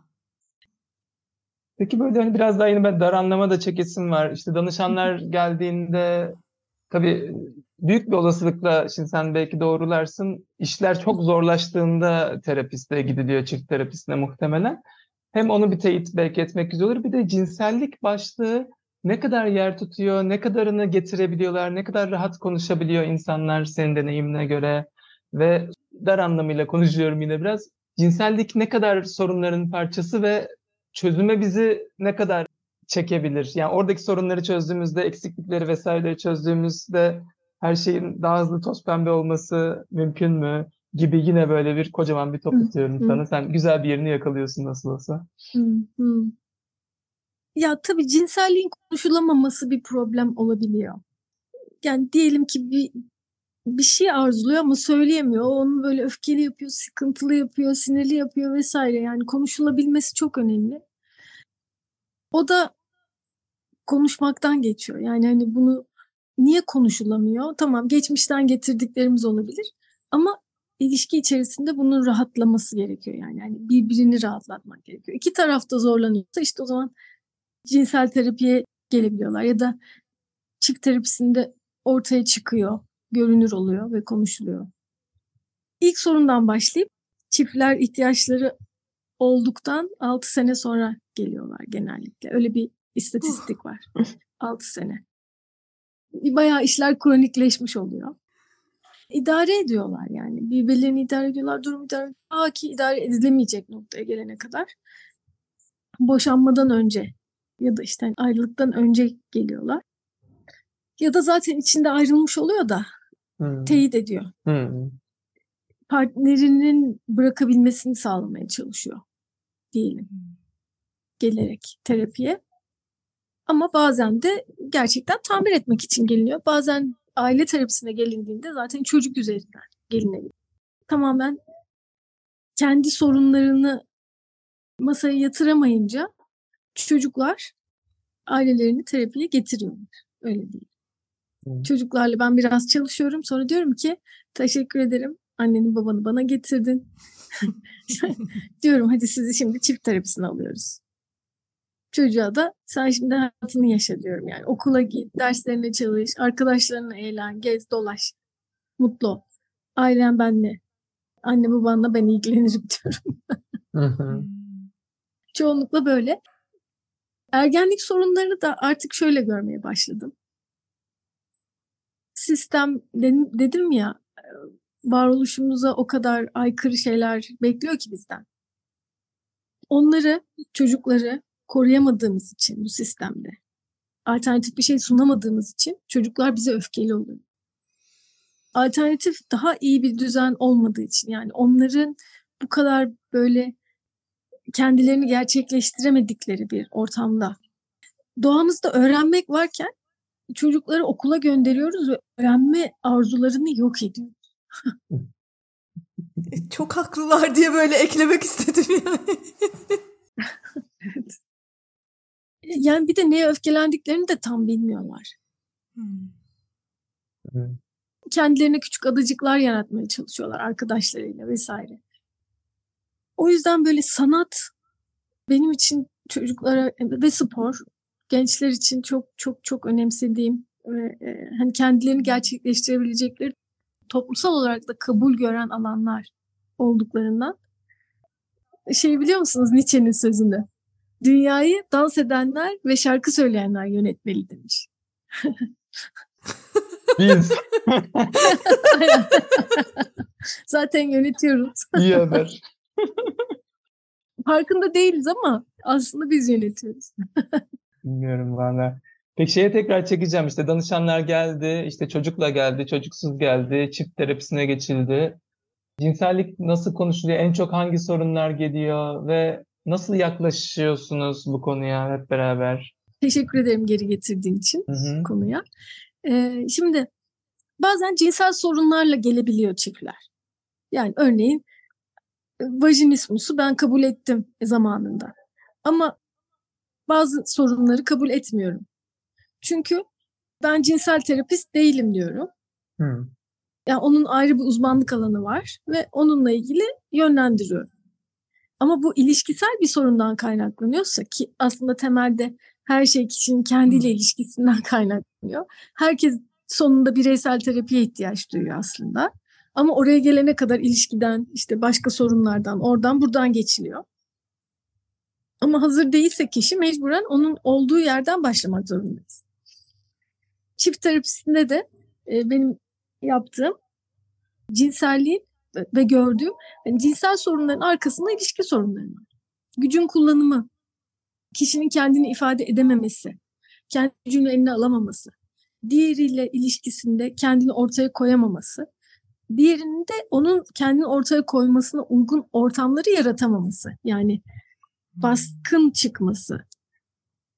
Peki böyle hani biraz daha yine ben dar anlama da çekesim var. İşte danışanlar geldiğinde tabii büyük bir olasılıkla, şimdi sen belki doğrularsın, işler çok zorlaştığında terapiste gidiliyor, çift terapistine muhtemelen. Hem onu bir teyit belki etmek güzel olur. Bir de cinsellik başlığı ne kadar yer tutuyor, ne kadarını getirebiliyorlar, ne kadar rahat konuşabiliyor insanlar senin deneyimine göre. Ve dar anlamıyla konuşuyorum yine biraz. Cinsellik ne kadar sorunların parçası ve çözüme bizi ne kadar çekebilir? Yani oradaki sorunları çözdüğümüzde, eksiklikleri vesaireleri çözdüğümüzde her şeyin daha hızlı toz pembe olması mümkün mü? Gibi yine böyle bir kocaman bir top atıyorum sana. Sen güzel bir yerini yakalıyorsun nasıl olsa. Ya tabii cinselliğin konuşulamaması bir problem olabiliyor. Yani diyelim ki bir şey arzuluyor ama söyleyemiyor. O onu böyle öfkeli yapıyor, sıkıntılı yapıyor, sinirli yapıyor vesaire. Yani konuşulabilmesi çok önemli. O da konuşmaktan geçiyor. Yani hani bunu niye konuşulamıyor? Tamam, geçmişten getirdiklerimiz olabilir ama ilişki içerisinde bunun rahatlaması gerekiyor yani. Yani birbirini rahatlatmak gerekiyor. İki taraf da zorlanıyorsa işte o zaman cinsel terapiye gelebiliyorlar ya da çift terapisinde ortaya çıkıyor, görünür oluyor ve konuşuluyor. İlk sorundan başlayıp çiftler ihtiyaçları olduktan 6 sene sonra geliyorlar genellikle. Öyle bir istatistik var. 6 sene. Bayağı işler kronikleşmiş oluyor. İdare ediyorlar yani. Birbirlerini idare ediyorlar, durum idare ediyorlar. Ki idare edilemeyecek noktaya gelene kadar. Boşanmadan önce ya da işte ayrılıktan önce geliyorlar. Ya da zaten içinde ayrılmış oluyor da teyit ediyor. Partnerinin bırakabilmesini sağlamaya çalışıyor diyelim. Gelerek terapiye. Ama bazen de gerçekten tamir etmek için geliniyor. Bazen aile terapisine gelindiğinde zaten çocuk üzerinden gelinebiliyor. Tamamen kendi sorunlarını masaya yatıramayınca çocuklar ailelerini terapiye getiriyorlar. Öyle değil. Çocuklarla ben biraz çalışıyorum. Sonra diyorum ki teşekkür ederim. Anneni babanı bana getirdin. Diyorum hadi sizi şimdi çift terapisine alıyoruz. Çocuğa da sen şimdi hayatını yaşa diyorum yani. Okula git, derslerine çalış, arkadaşlarınla eğlen, gez, dolaş. Mutlu ol. Ailen benle. Anne babanla ben ilgilenirim diyorum. Çoğunlukla böyle. Ergenlik sorunlarını da artık şöyle görmeye başladım. Sistem dedim ya, varoluşumuza o kadar aykırı şeyler bekliyor ki bizden. Onları, çocukları koruyamadığımız için bu sistemde, alternatif bir şey sunamadığımız için çocuklar bize öfkeli oluyor. Alternatif daha iyi bir düzen olmadığı için, yani onların bu kadar böyle kendilerini gerçekleştiremedikleri bir ortamda doğamızda öğrenmek varken çocukları okula gönderiyoruz ve öğrenme arzularını yok ediyoruz. Çok haklılar diye böyle eklemek istedim yani. Evet. Yani bir de neye öfkelendiklerini de tam bilmiyorlar. Kendilerine küçük adacıklar yaratmaya çalışıyorlar arkadaşlarıyla vesaire. O yüzden böyle sanat benim için çocuklara ve spor gençler için çok çok çok önemsediğim ve hani kendilerini gerçekleştirebilecekleri, toplumsal olarak da kabul gören alanlar olduklarından. Biliyor musunuz Nietzsche'nin sözünü? Dünyayı dans edenler ve şarkı söyleyenler yönetmeli demiş. Biz. Zaten yönetiyoruz. İyi haber. Farkında değiliz ama aslında biz yönetiyoruz. Bilmiyorum valla. Peki şeye tekrar çekeceğim. İşte danışanlar geldi, işte çocukla geldi, çocuksuz geldi, çift terapisine geçildi. Cinsellik nasıl konuşuluyor? En çok hangi sorunlar geliyor ve nasıl yaklaşıyorsunuz bu konuya hep beraber? Teşekkür ederim geri getirdiğin için Hı-hı. konuya. Şimdi bazen cinsel sorunlarla gelebiliyor çiftler. Yani örneğin vajinismusu ben kabul ettim zamanında. Ama bazı sorunları kabul etmiyorum. Çünkü ben cinsel terapist değilim diyorum. Yani onun ayrı bir uzmanlık alanı var ve onunla ilgili yönlendiriyorum. Ama bu ilişkisel bir sorundan kaynaklanıyorsa, ki aslında temelde her şey kişinin kendiyle ilişkisinden kaynaklanıyor. Herkes sonunda bireysel terapiye ihtiyaç duyuyor aslında. Ama oraya gelene kadar ilişkiden, işte başka sorunlardan, oradan buradan geçiliyor. Ama hazır değilse kişi mecburen onun olduğu yerden başlamak zorundayız. Çift terapisinde de benim yaptığım cinselliğin ve gördüğüm yani cinsel sorunların arkasında ilişki sorunları var. Gücün kullanımı, kişinin kendini ifade edememesi, kendi gücünü eline alamaması, diğeriyle ilişkisinde kendini ortaya koyamaması, diğerinin de onun kendini ortaya koymasına uygun ortamları yaratamaması. Yani baskın çıkması.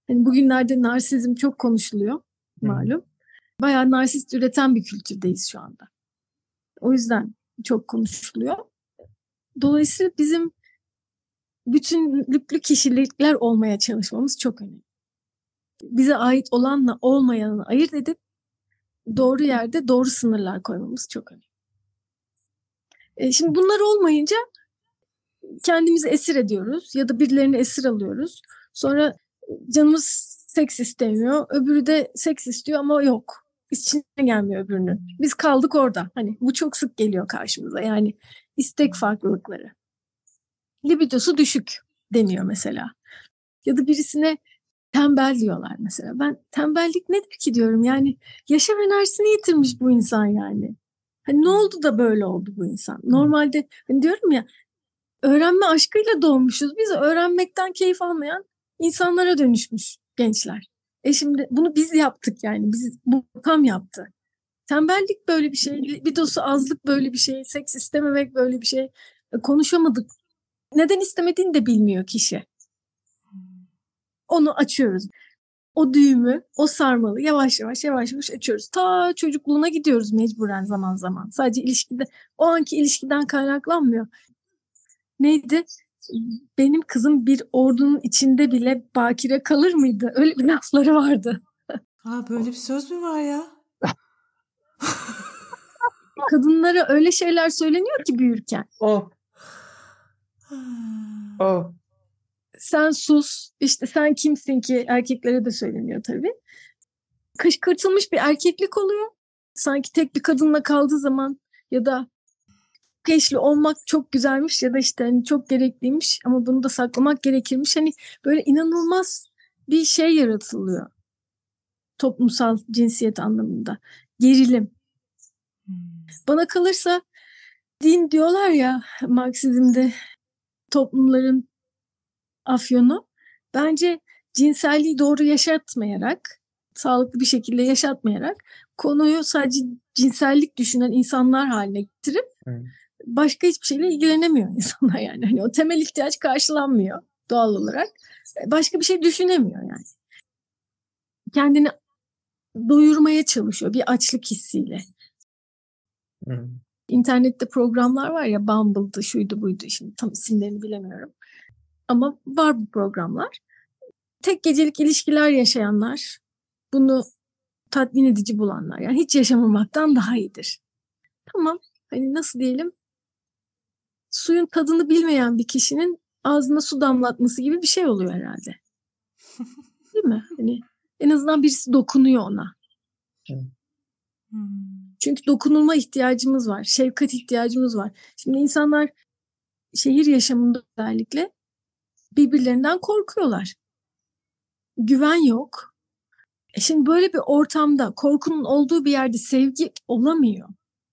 Hani bugünlerde narsizm çok konuşuluyor malum. Bayağı narsist üreten bir kültürdeyiz şu anda. O yüzden çok konuşuluyor. Dolayısıyla bizim bütünlüklü kişilikler olmaya çalışmamız çok önemli. Bize ait olanla olmayanı ayırt edip doğru yerde doğru sınırlar koymamız çok önemli. Şimdi bunlar olmayınca kendimizi esir ediyoruz ya da birilerini esir alıyoruz. Sonra canımız seks istemiyor, öbürü de seks istiyor ama yok. İçine gelmiyor öbürünün. Biz kaldık orada. Hani bu çok sık geliyor karşımıza. Yani istek farklılıkları. Libidosu düşük deniyor mesela. Ya da birisine tembel diyorlar mesela. Ben tembellik nedir ki diyorum. Yani yaşam enerjisini yitirmiş bu insan yani. Hani ne oldu da böyle oldu bu insan? Normalde hani diyorum ya, öğrenme aşkıyla doğmuşuz. Biz öğrenmekten keyif almayan insanlara dönüşmüş gençler. Şimdi bunu biz yaptık yani. Bu tam yaptı. Tembellik böyle bir şey. Libidosu azlık böyle bir şey. Seks istememek böyle bir şey. Konuşamadık. Neden istemediğini de bilmiyor kişi. Onu açıyoruz. O düğümü, o sarmalı yavaş yavaş açıyoruz. Ta çocukluğuna gidiyoruz mecburen zaman zaman. Sadece ilişkide, o anki ilişkiden kaynaklanmıyor. Neydi? Benim kızım bir ordunun içinde bile bakire kalır mıydı? Öyle bir lafları vardı. Böyle bir söz mü var ya? Kadınlara öyle şeyler söyleniyor ki büyürken. Sen sus, işte sen kimsin ki, erkeklere de söyleniyor tabii. Kışkırtılmış bir erkeklik oluyor. Sanki tek bir kadınla kaldığı zaman ya da eşli olmak çok güzelmiş ya da işte hani çok gerekliymiş ama bunu da saklamak gerekirmiş. Hani böyle inanılmaz bir şey yaratılıyor. Toplumsal cinsiyet anlamında. Gerilim. Bana kalırsa din diyorlar ya, Marksizm'de toplumların afyonu. Bence cinselliği doğru yaşatmayarak, sağlıklı bir şekilde yaşatmayarak konuyu sadece cinsellik düşünen insanlar haline getirip başka hiçbir şeyle ilgilenemiyor insanlar yani. Hani o temel ihtiyaç karşılanmıyor doğal olarak. Başka bir şey düşünemiyor yani. Kendini doyurmaya çalışıyor bir açlık hissiyle. İnternette programlar var ya, Bumble'dı, şuydu buydu, şimdi tam isimlerini bilemiyorum. Ama var bu programlar. Tek gecelik ilişkiler yaşayanlar, bunu tatmin edici bulanlar. Yani hiç yaşamamaktan daha iyidir. Tamam, hani nasıl diyelim, suyun tadını bilmeyen bir kişinin ağzına su damlatması gibi bir şey oluyor herhalde. Değil mi? Hani en azından birisi dokunuyor ona. Çünkü dokunulma ihtiyacımız var. Şefkat ihtiyacımız var. Şimdi insanlar şehir yaşamında özellikle birbirlerinden korkuyorlar. Güven yok. Şimdi böyle bir ortamda, korkunun olduğu bir yerde sevgi olamıyor.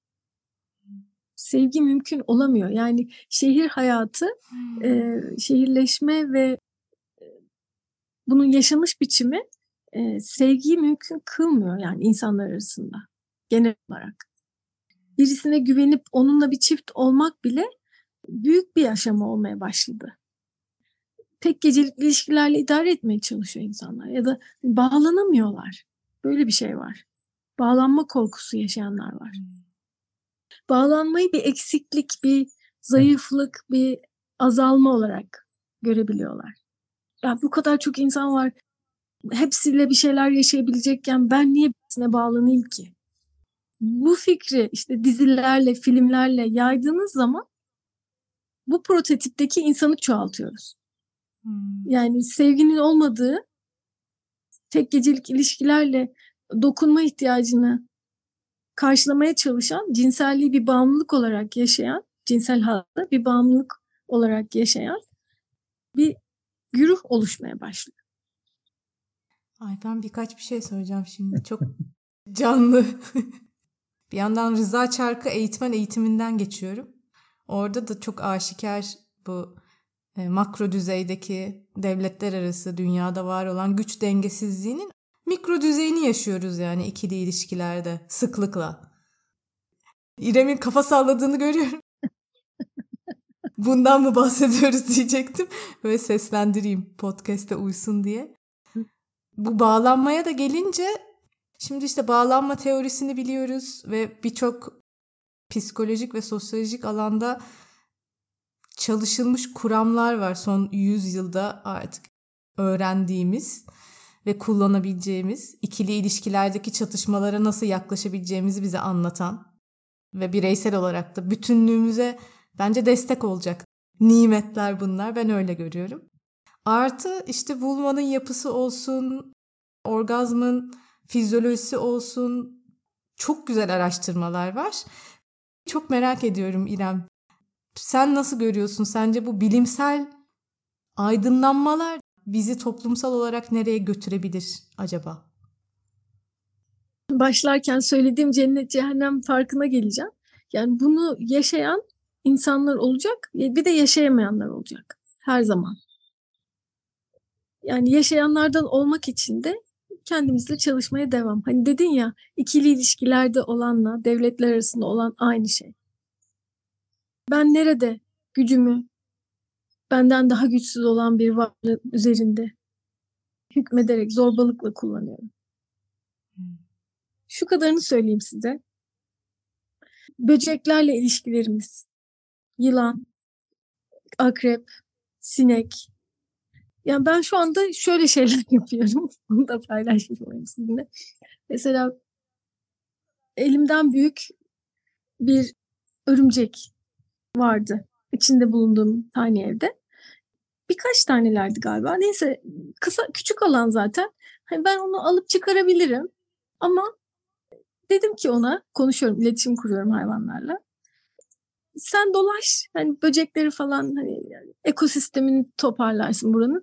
Sevgi mümkün olamıyor. Yani şehir hayatı, şehirleşme ve bunun yaşanış biçimi sevgiyi mümkün kılmıyor yani insanlar arasında genel olarak. Birisine güvenip onunla bir çift olmak bile büyük bir aşama olmaya başladı. Tek gecelik ilişkilerle idare etmeye çalışıyor insanlar ya da bağlanamıyorlar. Böyle bir şey var. Bağlanma korkusu yaşayanlar var. Bağlanmayı bir eksiklik, bir zayıflık, bir azalma olarak görebiliyorlar. Ya bu kadar çok insan var. Hepsiyle bir şeyler yaşayabilecekken ben niye birisine bağlanayım ki? Bu fikri işte dizilerle, filmlerle yaydığınız zaman bu prototipteki insanı çoğaltıyoruz. Yani sevginin olmadığı, tek gecelik ilişkilerle dokunma ihtiyacını karşılamaya çalışan, cinselliği bir bağımlılık olarak yaşayan, cinsel hatta bir bağımlılık olarak yaşayan bir güruh oluşmaya başlıyor. Ben birkaç bir şey söyleyeceğim şimdi. Çok canlı. Bir yandan Rıza Çarkı eğitmen eğitiminden geçiyorum. Orada da çok aşikar bu makro düzeydeki devletler arası dünyada var olan güç dengesizliğinin mikro düzeyini yaşıyoruz yani ikili ilişkilerde sıklıkla. İrem'in kafa salladığını görüyorum. Bundan mı bahsediyoruz diyecektim. Böyle seslendireyim podcast'e uysun diye. Bu bağlanmaya da gelince şimdi işte bağlanma teorisini biliyoruz ve birçok psikolojik ve sosyolojik alanda çalışılmış kuramlar var son 100 yılda artık öğrendiğimiz ve kullanabileceğimiz, ikili ilişkilerdeki çatışmalara nasıl yaklaşabileceğimizi bize anlatan ve bireysel olarak da bütünlüğümüze bence destek olacak nimetler bunlar. Ben öyle görüyorum. Artı işte vulvanın yapısı olsun, orgazmın fizyolojisi olsun, çok güzel araştırmalar var. Çok merak ediyorum İrem. Sen nasıl görüyorsun? Sence bu bilimsel aydınlanmalar bizi toplumsal olarak nereye götürebilir acaba? Başlarken söylediğim cennet cehennem farkına geleceğim. Yani bunu yaşayan insanlar olacak, bir de yaşayamayanlar olacak her zaman. Yani yaşayanlardan olmak için de kendimizle çalışmaya devam. Hani dedin ya, ikili ilişkilerde olanla devletler arasında olan aynı şey. Ben nerede gücümü benden daha güçsüz olan bir varlık üzerinde hükmederek zorbalıkla kullanıyorum? Şu kadarını söyleyeyim size. Böceklerle ilişkilerimiz, yılan, akrep, sinek. Yani ben şu anda şöyle şeyler yapıyorum. Bunu da paylaşayım sizinle. Mesela elimden büyük bir örümcek vardı içinde bulunduğum tiny evde. Birkaç tanelerdi galiba. Neyse, küçük alan zaten. Hani ben onu alıp çıkarabilirim. Ama dedim ki ona, konuşuyorum, iletişim kuruyorum hayvanlarla. Sen dolaş, hani böcekleri falan, hani yani ekosistemini toparlarsın buranın.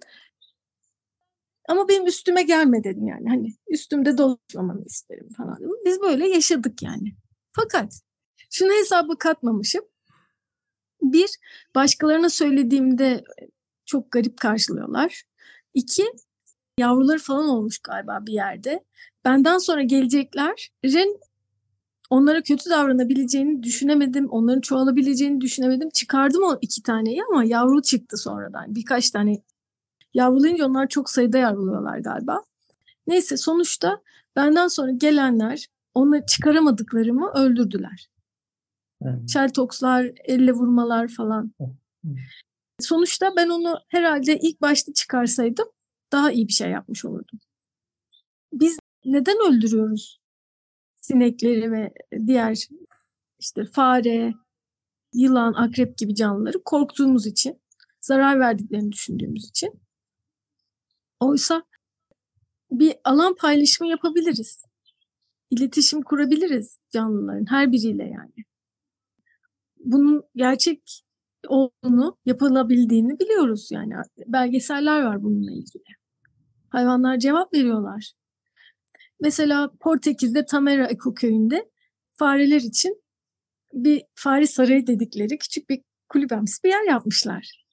Ama benim üstüme gelme dedim yani. Hani üstümde dolaşmamanı isterim falan dedim. Biz böyle yaşadık yani. Fakat şunu hesaba katmamışım. Bir, başkalarına söylediğimde çok garip karşılıyorlar. İki, yavruları falan olmuş galiba bir yerde. Benden sonra geleceklerin onlara kötü davranabileceğini düşünemedim. Onların çoğalabileceğini düşünemedim. Çıkardım o 2 taneyi ama yavru çıktı sonradan. Birkaç tane yavrulayınca onlar çok sayıda yavruluyorlar galiba. Neyse, sonuçta benden sonra gelenler onları çıkaramadıklarımı öldürdüler. Şeltokslar, elle vurmalar falan. Sonuçta ben onu herhalde ilk başta çıkarsaydım daha iyi bir şey yapmış olurdum. Biz neden öldürüyoruz sinekleri ve diğer işte fare, yılan, akrep gibi canlıları? Korktuğumuz için, zarar verdiklerini düşündüğümüz için. Oysa bir alan paylaşımı yapabiliriz. İletişim kurabiliriz canlıların her biriyle yani. Bunun gerçek olduğunu, yapılabildiğini biliyoruz yani. Belgeseller var bununla ilgili. Hayvanlar cevap veriyorlar. Mesela Portekiz'de Tamera Ekoköyü'nde fareler için bir fare sarayı dedikleri küçük bir kulübemsi bir yer yapmışlar.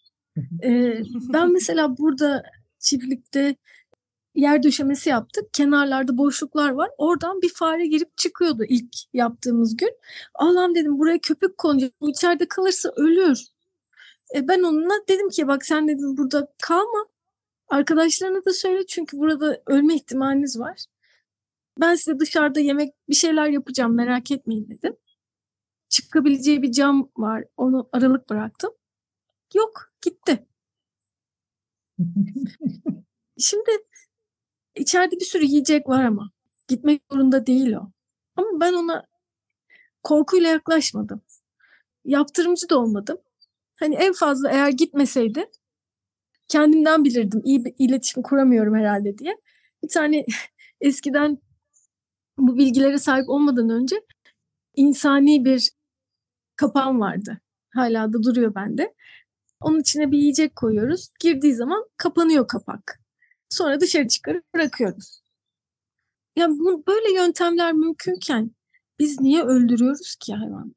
Ben mesela burada çiftlikte yer döşemesi yaptık. Kenarlarda boşluklar var. Oradan bir fare girip çıkıyordu ilk yaptığımız gün. Allah'ım dedim, buraya köpek konacak. Bu içeride kalırsa ölür. Ben onunla dedim ki bak sen dedim burada kalma. Arkadaşlarına da söyle çünkü burada ölme ihtimaliniz var. Ben size dışarıda yemek bir şeyler yapacağım, merak etmeyin dedim. Çıkabileceği bir cam var. Onu aralık bıraktım. Yok, gitti. Şimdi içeride bir sürü yiyecek var ama gitmek zorunda değil o. Ama ben ona korkuyla yaklaşmadım. Yaptırımcı da olmadım. Hani en fazla eğer gitmeseydi kendimden bilirdim. İyi bir iletişim kuramıyorum herhalde diye. Bir tane eskiden bu bilgilere sahip olmadan önce insani bir kapağım vardı. Hala da duruyor bende. Onun içine bir yiyecek koyuyoruz. Girdiği zaman kapanıyor kapak. Sonra dışarı çıkarıp bırakıyoruz. Yani böyle yöntemler mümkünken biz niye öldürüyoruz ki hayvanları?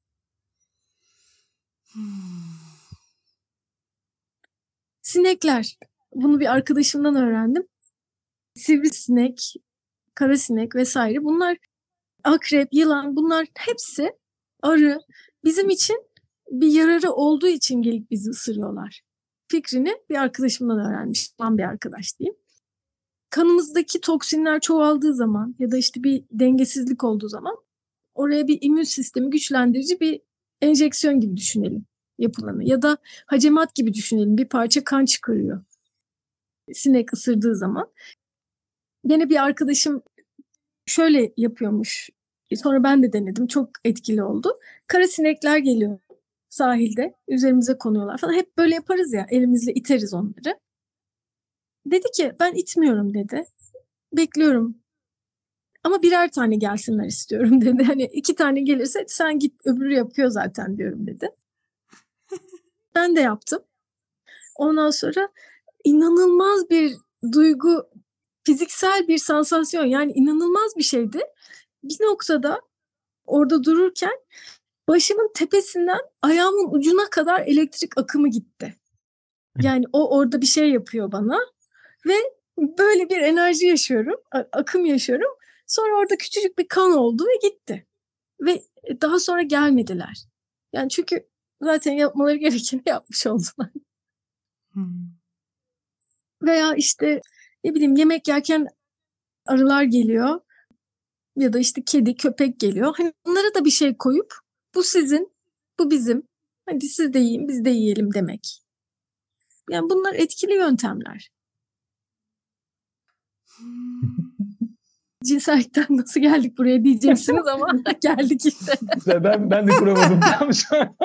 Sinekler. Bunu bir arkadaşımdan öğrendim. Sivrisinek, karasinek vesaire, bunlar, akrep, yılan, bunlar hepsi, arı, bizim için bir yararı olduğu için gelip bizi ısırıyorlar. Fikrini bir arkadaşımdan öğrenmiş. Ben bir arkadaş diyeyim. kanımızdaki toksinler çoğaldığı zaman ya da işte bir dengesizlik olduğu zaman oraya bir immün sistemi güçlendirici bir enjeksiyon gibi düşünelim yapılanı. Ya da hacamat gibi düşünelim. Bir parça kan çıkarıyor sinek ısırdığı zaman. Gene bir arkadaşım şöyle yapıyormuş. Sonra ben de denedim. Çok etkili oldu. Kara sinekler geliyor sahilde. Üzerimize konuyorlar falan. Hep böyle yaparız ya. Elimizle iteriz onları. Dedi ki ben itmiyorum dedi. Bekliyorum. Ama birer tane gelsinler istiyorum dedi. Hani 2 tane gelirse sen git öbürü yapıyor zaten diyorum dedi. Ben de yaptım. Ondan sonra inanılmaz bir duygu, fiziksel bir sansasyon, yani inanılmaz bir şeydi. Bir noktada orada dururken başımın tepesinden ayağımın ucuna kadar elektrik akımı gitti. Yani o orada bir şey yapıyor bana ve böyle bir enerji yaşıyorum, akım yaşıyorum. Sonra orada küçücük bir kan oldu ve gitti. Ve daha sonra gelmediler. Yani çünkü zaten yapmaları gerekeni yapmış oldular. Veya işte ne bileyim yemek yerken arılar geliyor ya da işte kedi, köpek geliyor. Hani onlara da bir şey koyup bu sizin, bu bizim. Hadi siz de yiyin, biz de yiyelim demek. Yani bunlar etkili yöntemler. Cinsellikten nasıl geldik buraya diyeceksiniz ama geldik işte. Ben de kuramadım tam şu an.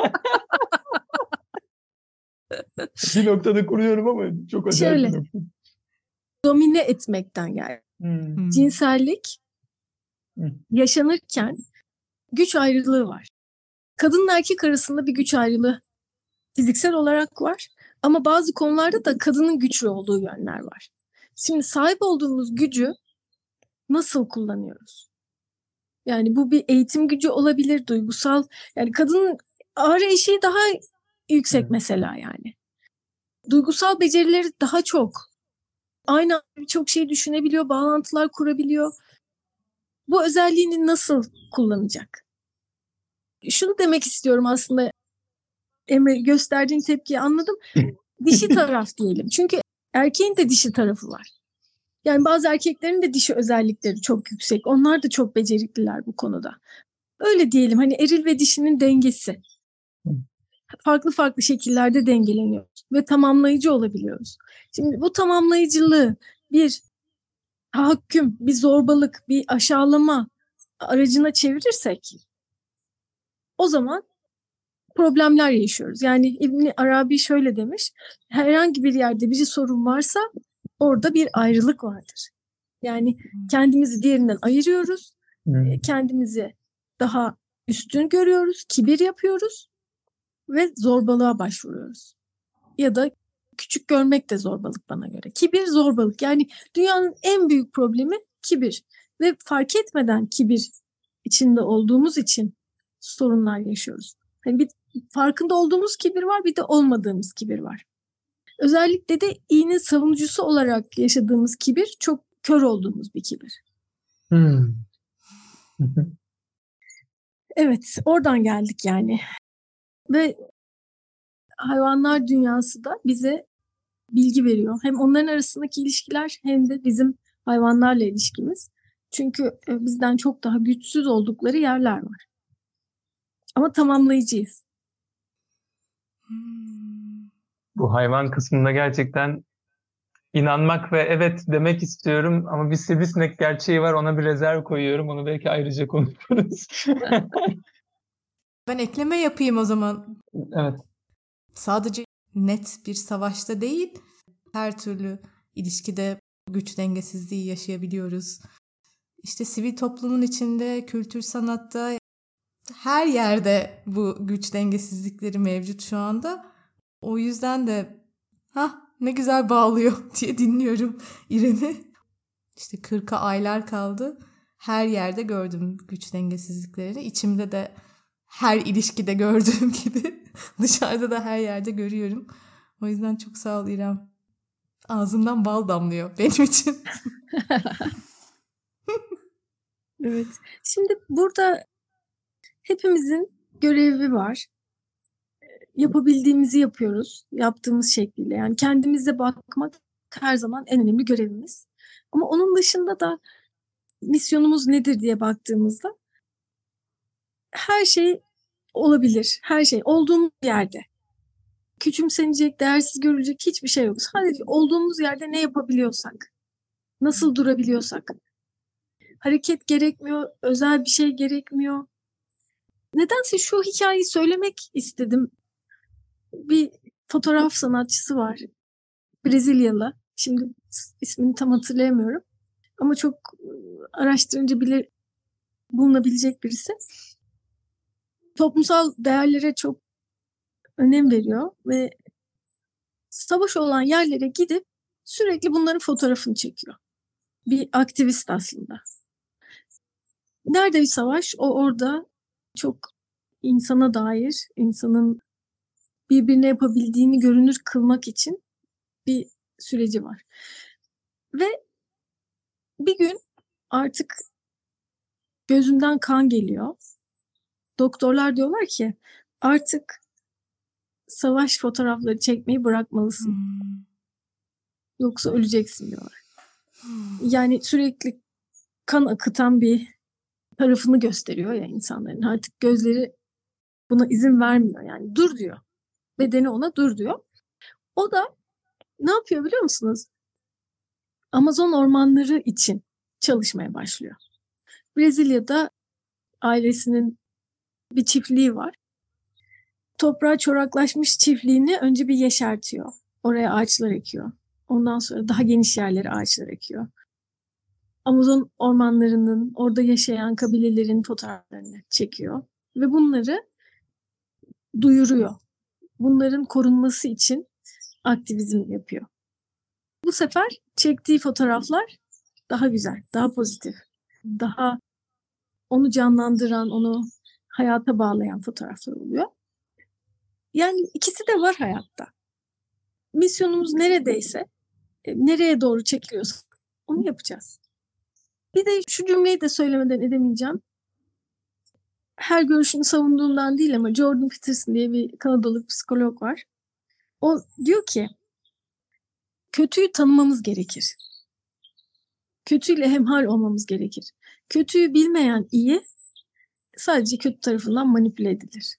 Bir noktada kuruyorum ama çok acayip Şöyle, bir nokta. domine etmekten geldi. Cinsellik yaşanırken güç ayrılığı var. Kadınla erkek arasında bir güç ayrılığı fiziksel olarak var. Ama bazı konularda da kadının güçlü olduğu yönler var. Şimdi sahip olduğumuz gücü nasıl kullanıyoruz? Yani bu bir eğitim gücü olabilir, duygusal. Yani kadının ağrı eşiği daha yüksek mesela yani. Duygusal becerileri daha çok. Aynı anda birçok şey düşünebiliyor, bağlantılar kurabiliyor. Bu özelliğini nasıl kullanacak? Şunu demek istiyorum aslında. Emre, gösterdiğin tepkiyi anladım. Dişi taraf diyelim. Çünkü erkeğin de dişi tarafı var. Yani bazı erkeklerin de dişi özellikleri çok yüksek. Onlar da çok becerikliler bu konuda. Öyle diyelim, hani eril ve dişinin dengesi. Farklı farklı şekillerde dengeleniyoruz ve tamamlayıcı olabiliyoruz. Şimdi bu tamamlayıcılığı bir tahakküm, bir zorbalık, bir aşağılama aracına çevirirsek o zaman problemler yaşıyoruz. Yani İbn Arabi şöyle demiş, herhangi bir yerde bir sorun varsa orada bir ayrılık vardır. Yani kendimizi diğerinden ayırıyoruz, kendimizi daha üstün görüyoruz, kibir yapıyoruz ve zorbalığa başvuruyoruz. Ya da küçük görmek de zorbalık bana göre. Kibir zorbalık. Yani dünyanın en büyük problemi kibir. Ve fark etmeden kibir içinde olduğumuz için sorunlar yaşıyoruz. Yani bir farkında olduğumuz kibir var, bir de olmadığımız kibir var. Özellikle de iyinin savunucusu olarak yaşadığımız kibir çok kör olduğumuz bir kibir. Evet, oradan geldik yani. Ve hayvanlar dünyası da bize bilgi veriyor. Hem onların arasındaki ilişkiler hem de bizim hayvanlarla ilişkimiz. Çünkü bizden çok daha güçsüz oldukları yerler var. Ama tamamlayıcıyız. Bu hayvan kısmında gerçekten inanmak ve evet demek istiyorum ama bir sivrisinek gerçeği var, ona bir rezerv koyuyorum. Onu belki ayrıca konuşuruz. Ben ekleme yapayım o zaman. Evet. Sadece net bir savaşta değil, her türlü ilişkide güç dengesizliği yaşayabiliyoruz. İşte sivil toplumun içinde, kültür sanatta, her yerde bu güç dengesizlikleri mevcut şu anda. O yüzden de ne güzel bağlıyor diye dinliyorum İrem'i. İşte 40'a aylar kaldı. Her yerde gördüm güç dengesizliklerini. İçimde de her ilişkide gördüğüm gibi dışarıda da her yerde görüyorum. O yüzden çok sağ ol İrem. Ağzından bal damlıyor benim için. Evet. Şimdi burada hepimizin görevi var. Yapabildiğimizi yapıyoruz. Yaptığımız şekliyle. Yani kendimize bakmak her zaman en önemli görevimiz. Ama onun dışında da misyonumuz nedir diye baktığımızda her şey olabilir. Her şey olduğumuz yerde. Küçümsenecek, değersiz görülecek hiçbir şey yok. Sadece olduğumuz yerde ne yapabiliyorsak, nasıl durabiliyorsak. Hareket gerekmiyor, özel bir şey gerekmiyor. Nedense şu hikayeyi söylemek istedim. Bir fotoğraf sanatçısı var. Brezilyalı. Şimdi ismini tam hatırlayamıyorum. Ama çok araştırınca bile bulunabilecek birisi. Toplumsal değerlere çok önem veriyor ve savaş olan yerlere gidip sürekli bunların fotoğrafını çekiyor. Bir aktivist aslında. Nerede bir savaş? O orada çok insana dair, insanın birbirine yapabildiğini görünür kılmak için bir süreci var. Ve bir gün artık gözünden kan geliyor. Doktorlar diyorlar ki artık savaş fotoğrafları çekmeyi bırakmalısın. Yoksa öleceksin diyorlar. Yani sürekli kan akıtan bir tarafını gösteriyor ya insanların. Artık gözleri buna izin vermiyor. Yani dur diyor. Bedeni ona dur diyor. O da ne yapıyor biliyor musunuz? Amazon ormanları için çalışmaya başlıyor. Brezilya'da ailesinin bir çiftliği var. Toprağa çoraklaşmış çiftliğini önce bir yeşertiyor. Oraya ağaçlar ekiyor. Ondan sonra daha geniş yerlere ağaçlar ekiyor. Amazon ormanlarının, orada yaşayan kabilelerin fotoğraflarını çekiyor. Ve bunları duyuruyor. Bunların korunması için aktivizm yapıyor. Bu sefer çektiği fotoğraflar daha güzel, daha pozitif, daha onu canlandıran, onu hayata bağlayan fotoğraflar oluyor. Yani ikisi de var hayatta. Misyonumuz neredeyse, nereye doğru çekiliyorsak onu yapacağız. Bir de şu cümleyi de söylemeden edemeyeceğim. Her görüşünü savunduğumdan değil ama Jordan Peterson diye bir Kanadalı psikolog var. O diyor ki kötüyü tanımamız gerekir. Kötüyle hemhal olmamız gerekir. Kötüyü bilmeyen iyi sadece kötü tarafından manipüle edilir.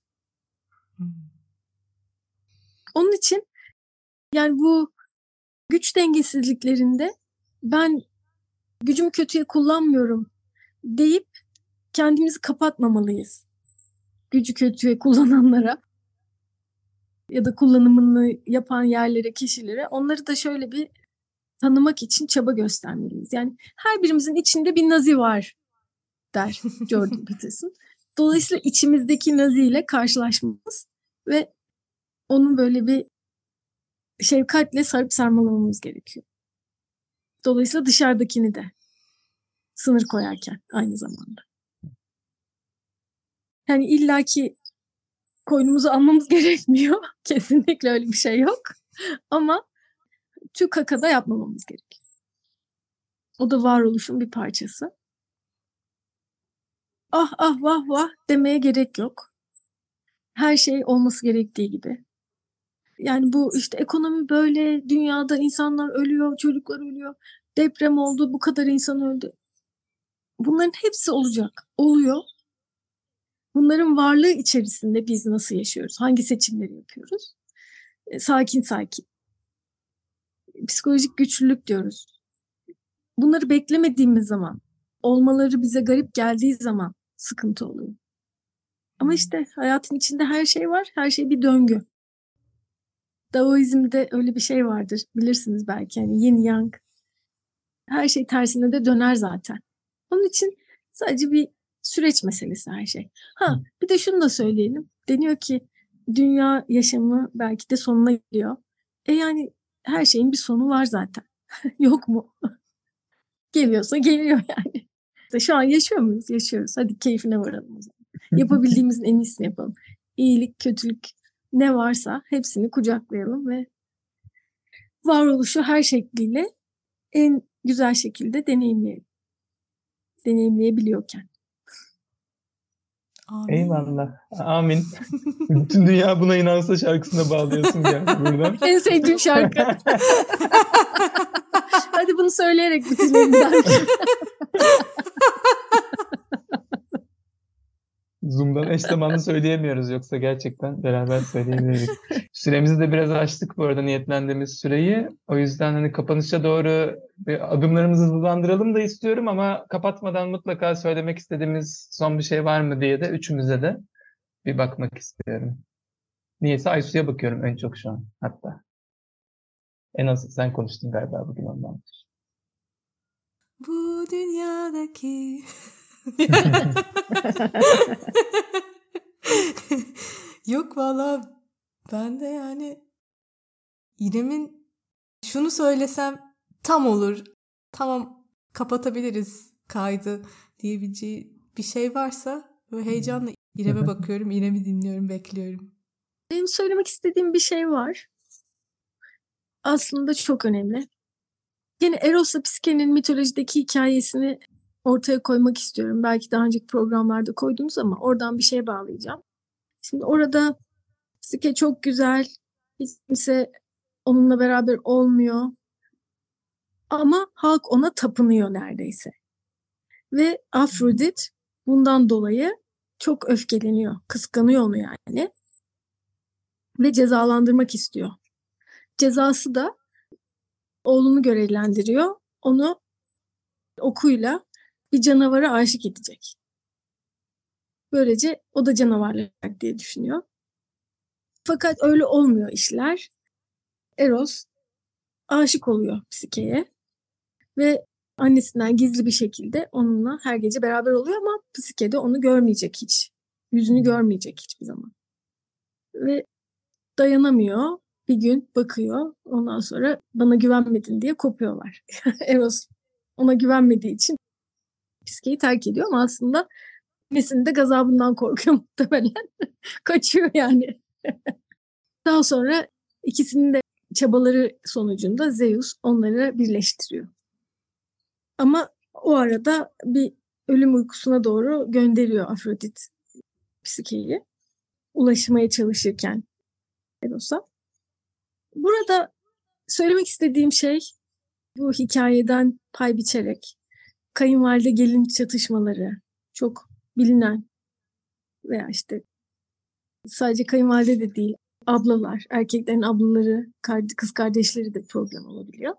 Onun için yani bu güç dengesizliklerinde ben gücümü kötüye kullanmıyorum deyip kendimizi kapatmamalıyız. Gücü kötüye kullananlara ya da kullanımını yapan yerlere, kişilere onları da şöyle bir tanımak için çaba göstermeliyiz. Yani her birimizin içinde bir Nazi var der Jordan Peterson. Dolayısıyla içimizdeki Nazi ile karşılaşmamız ve onun böyle bir şefkatle sarıp sarmalamamız gerekiyor. Dolayısıyla dışarıdakini de sınır koyarken aynı zamanda. Yani illaki koynumuzu almamız gerekmiyor. Kesinlikle öyle bir şey yok. Ama tükakada yapmamamız gerekiyor. O da varoluşun bir parçası. Ah ah vah vah demeye gerek yok. Her şey olması gerektiği gibi. Yani bu işte ekonomi böyle, dünyada insanlar ölüyor, çocuklar ölüyor, deprem oldu, bu kadar insan öldü. Bunların hepsi olacak, oluyor. Bunların varlığı içerisinde biz nasıl yaşıyoruz, hangi seçimleri yapıyoruz? Sakin sakin. Psikolojik güçlülük diyoruz. Bunları beklemediğimiz zaman, olmaları bize garip geldiği zaman sıkıntı oluyor. Ama işte hayatın içinde her şey var, her şey bir döngü. Daoizm'de öyle bir şey vardır, bilirsiniz belki. Yani yin yang, her şey tersine de döner zaten. Onun için sadece bir süreç meselesi her şey. Bir de şunu da söyleyelim. Deniyor ki dünya yaşamı belki de sonuna geliyor. Yani her şeyin bir sonu var zaten. Yok mu? Geliyorsa geliyor yani. İşte şu an yaşıyor muyuz? Yaşıyoruz. Hadi keyfine varalım o zaman. Yapabildiğimizin en iyisini yapalım. İyilik, kötülük ne varsa hepsini kucaklayalım ve varoluşu her şekliyle en güzel şekilde deneyimleyebiliyorken. Amin. Eyvallah. Amin. Bütün dünya buna inansa şarkısına bağlıyorsun yani buradan. En sevdiğim şarkı. Hadi bunu cevabını söyleyerek bitirelim dermişim. Zoom'dan eş zamanlı söyleyemiyoruz, yoksa gerçekten beraber söyleyebiliriz. Süremizi de biraz aştık bu arada, niyetlendiğimiz süreyi. O yüzden hani kapanışa doğru adımlarımızı hızlandıralım da istiyorum, ama kapatmadan mutlaka söylemek istediğimiz son bir şey var mı diye de üçümüze de bir bakmak istiyorum. Niyeyse Aysu'ya bakıyorum en çok şu an hatta. En az sen konuştun galiba bugün ondan. Bu dünyadaki yok valla, ben de yani İrem'in şunu söylesem tam olur, tamam kapatabiliriz kaydı diyebileceği bir şey varsa böyle heyecanla İrem'e bakıyorum, İrem'i dinliyorum, bekliyorum. Benim söylemek istediğim bir şey var. Aslında çok önemli. Yine Eros'la Psike'nin mitolojideki hikayesini ortaya koymak istiyorum. Belki daha önceki programlarda koydunuz ama oradan bir şeye bağlayacağım. Şimdi orada Psike çok güzel, hiç kimse onunla beraber olmuyor. Ama halk ona tapınıyor neredeyse. Ve Afrodit bundan dolayı çok öfkeleniyor, kıskanıyor onu yani. Ve cezalandırmak istiyor. Cezası da oğlunu görevlendiriyor. Onu okuyla bir canavara aşık edecek. Böylece o da canavarlayacak diye düşünüyor. Fakat öyle olmuyor işler. Eros aşık oluyor Psike'ye ve annesinden gizli bir şekilde onunla her gece beraber oluyor ama Psike de onu görmeyecek hiç. Yüzünü görmeyecek hiçbir zaman. Ve dayanamıyor. Bir gün bakıyor. Ondan sonra bana güvenmedin diye kopuyorlar. Eros ona güvenmediği için Psike'yi terk ediyor ama aslında annesinin de gazabından korkuyor muhtemelen. Kaçıyor yani. Daha sonra ikisinin de çabaları sonucunda Zeus onları birleştiriyor. Ama o arada bir ölüm uykusuna doğru gönderiyor Afrodit Psike'yi. Ulaşmaya çalışırken Eros'a. Burada söylemek istediğim şey, bu hikayeden pay biçerek kayınvalide gelin çatışmaları çok bilinen veya işte sadece kayınvalide de değil, ablalar, erkeklerin ablaları, kız kardeşleri de problem olabiliyor.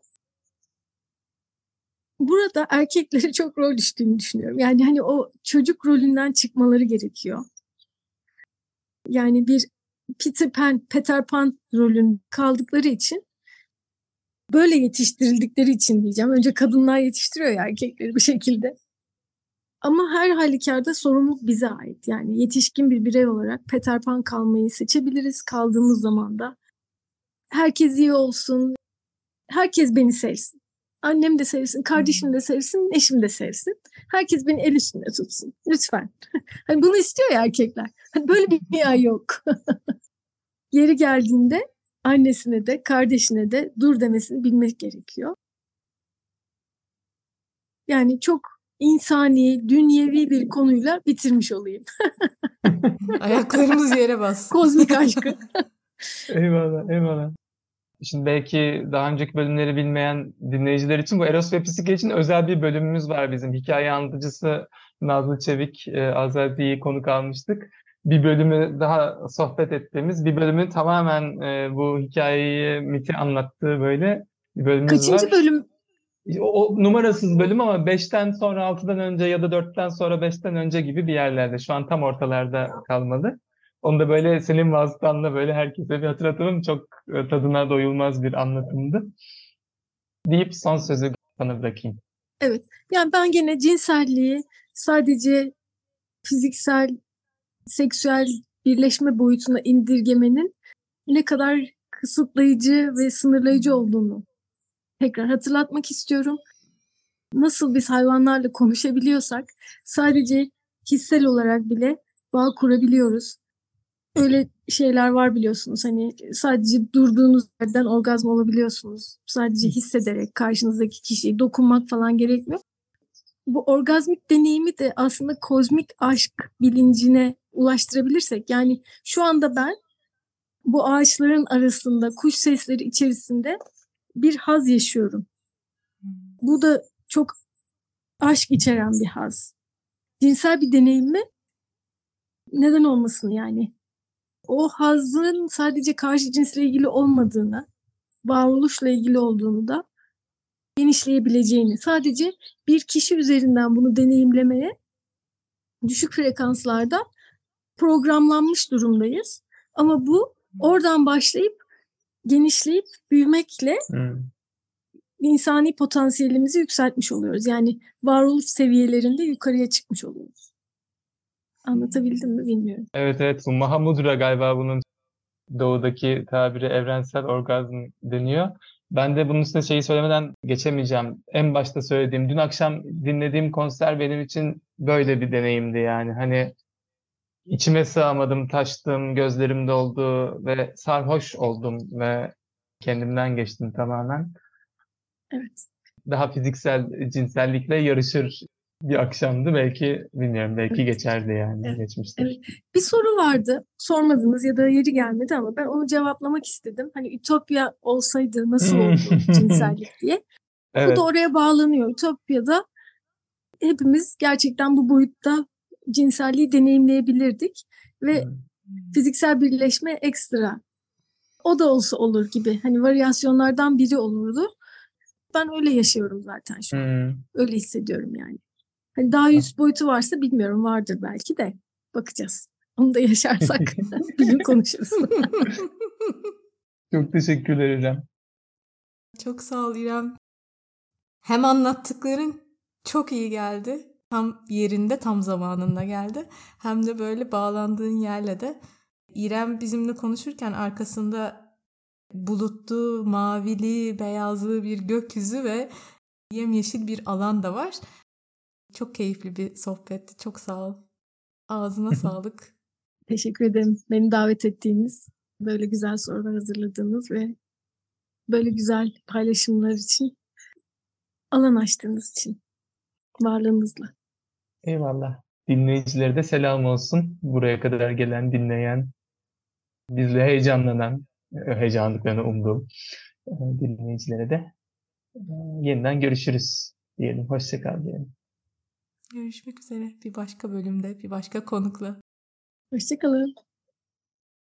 Burada erkeklere çok rol düştüğünü düşünüyorum. Yani hani o çocuk rolünden çıkmaları gerekiyor. Yani bir Peter Pan rolün kaldıkları için, böyle yetiştirildikleri için diyeceğim. Önce kadınlar yetiştiriyor ya erkekleri bir şekilde. Ama her halükarda sorumluluk bize ait. Yani yetişkin bir birey olarak Peter Pan kalmayı seçebiliriz. Kaldığımız zaman da herkes iyi olsun, herkes beni sevsin. Annem de sevsin, kardeşim de sevsin, eşim de sevsin. Herkes beni el üstünde tutsun. Lütfen. Hani bunu istiyor ya erkekler. Hani böyle bir dünya yok. Yeri geldiğinde annesine de kardeşine de dur demesini bilmek gerekiyor. Yani çok insani, dünyevi bir konuyla bitirmiş olayım. Ayaklarımız yere bassın. Kozmik aşkı. Eyvallah, eyvallah. Şimdi belki daha önceki bölümleri bilmeyen dinleyiciler için bu Eros ve Psike için özel bir bölümümüz var bizim. Hikaye anlatıcısı Nazlı Çevik, Azadi'yi konuk almıştık. Bir bölümü daha sohbet ettiğimiz, bir bölümü tamamen bu hikayeyi, miti anlattığı böyle bir bölümümüz Kaçıncı var. bölüm? O numarasız bölüm ama 5'ten sonra 6'dan önce ya da 4'ten sonra 5'ten önce gibi bir yerlerde. Şu an tam ortalarda kalmadı. Onu da böyle senin vasıtanla böyle herkese bir hatırlatalım. Çok tadına doyulmaz bir anlatımdı. Deyip son sözü sana bırakayım. Evet. Yani ben gene cinselliği sadece fiziksel, seksüel birleşme boyutuna indirgemenin ne kadar kısıtlayıcı ve sınırlayıcı olduğunu tekrar hatırlatmak istiyorum. Nasıl biz hayvanlarla konuşabiliyorsak sadece hissel olarak bile bağ kurabiliyoruz. Öyle şeyler var biliyorsunuz, hani sadece durduğunuz yerden orgazm olabiliyorsunuz. Sadece hissederek karşınızdaki kişiyi, dokunmak falan gerekmiyor. Bu orgazmik deneyimi de aslında kozmik aşk bilincine ulaştırabilirsek, yani şu anda ben bu ağaçların arasında kuş sesleri içerisinde bir haz yaşıyorum. Bu da çok aşk içeren bir haz. Cinsel bir deneyim mi? Neden olmasın yani? O hazın sadece karşı cinsle ilgili olmadığını, varoluşla ilgili olduğunu da genişleyebileceğini, sadece bir kişi üzerinden bunu deneyimlemeye düşük frekanslarda programlanmış durumdayız. Ama bu oradan başlayıp genişleyip büyümekle Hmm. insani potansiyelimizi yükseltmiş oluyoruz. Yani varoluş seviyelerinde yukarıya çıkmış oluyoruz. Anlatabildim mi bilmiyorum. Evet, evet, bu Mahamudra galiba bunun doğudaki tabiri evrensel orgazm deniyor. Ben de bunun üstüne şeyi söylemeden geçemeyeceğim. En başta söylediğim, dün akşam dinlediğim konser benim için böyle bir deneyimdi yani. Hani içime sığamadım, taştım, gözlerim doldu ve sarhoş oldum ve kendimden geçtim tamamen. Evet. Daha fiziksel cinsellikle yarışır bir akşamdı. Belki bilmiyorum, belki Evet. geçerdi yani, Evet. geçmiştir. Evet. Bir soru vardı. Sormadınız ya da yeri gelmedi ama ben onu cevaplamak istedim. Hani Ütopya olsaydı nasıl olurdu cinsellik diye. Bu da Evet. oraya bağlanıyor. Ütopya'da hepimiz gerçekten bu boyutta cinselliği deneyimleyebilirdik ve fiziksel birleşme ekstra. O da olsa olur gibi. Hani varyasyonlardan biri olurdu. Ben öyle yaşıyorum zaten şu an. Hmm. Öyle hissediyorum yani. Hani daha üst boyutu varsa bilmiyorum, vardır belki de. Bakacağız. Onu da yaşarsak bir gün konuşuruz. Çok teşekkürler İrem. Çok sağ ol İrem. Hem anlattıkların çok iyi geldi. Tam yerinde, tam zamanında geldi. Hem de böyle bağlandığın yerle de. İrem bizimle konuşurken arkasında bulutlu, mavili, beyazlı bir gökyüzü ve yemyeşil bir alan da var. Çok keyifli bir sohbetti. Çok sağ ol. Ağzına sağlık. Teşekkür ederim. Beni davet ettiğiniz, böyle güzel sorular hazırladığınız ve böyle güzel paylaşımlar için, alan açtığınız için, varlığınızla. Eyvallah. Dinleyicilere de selam olsun. Buraya kadar gelen, dinleyen, bizle heyecanlanan, heyecanlıklarını umduğum dinleyicilere de yeniden görüşürüz diyelim. Hoşça kal diyelim. Görüşmek üzere bir başka bölümde, bir başka konukla. Hoşça kalın.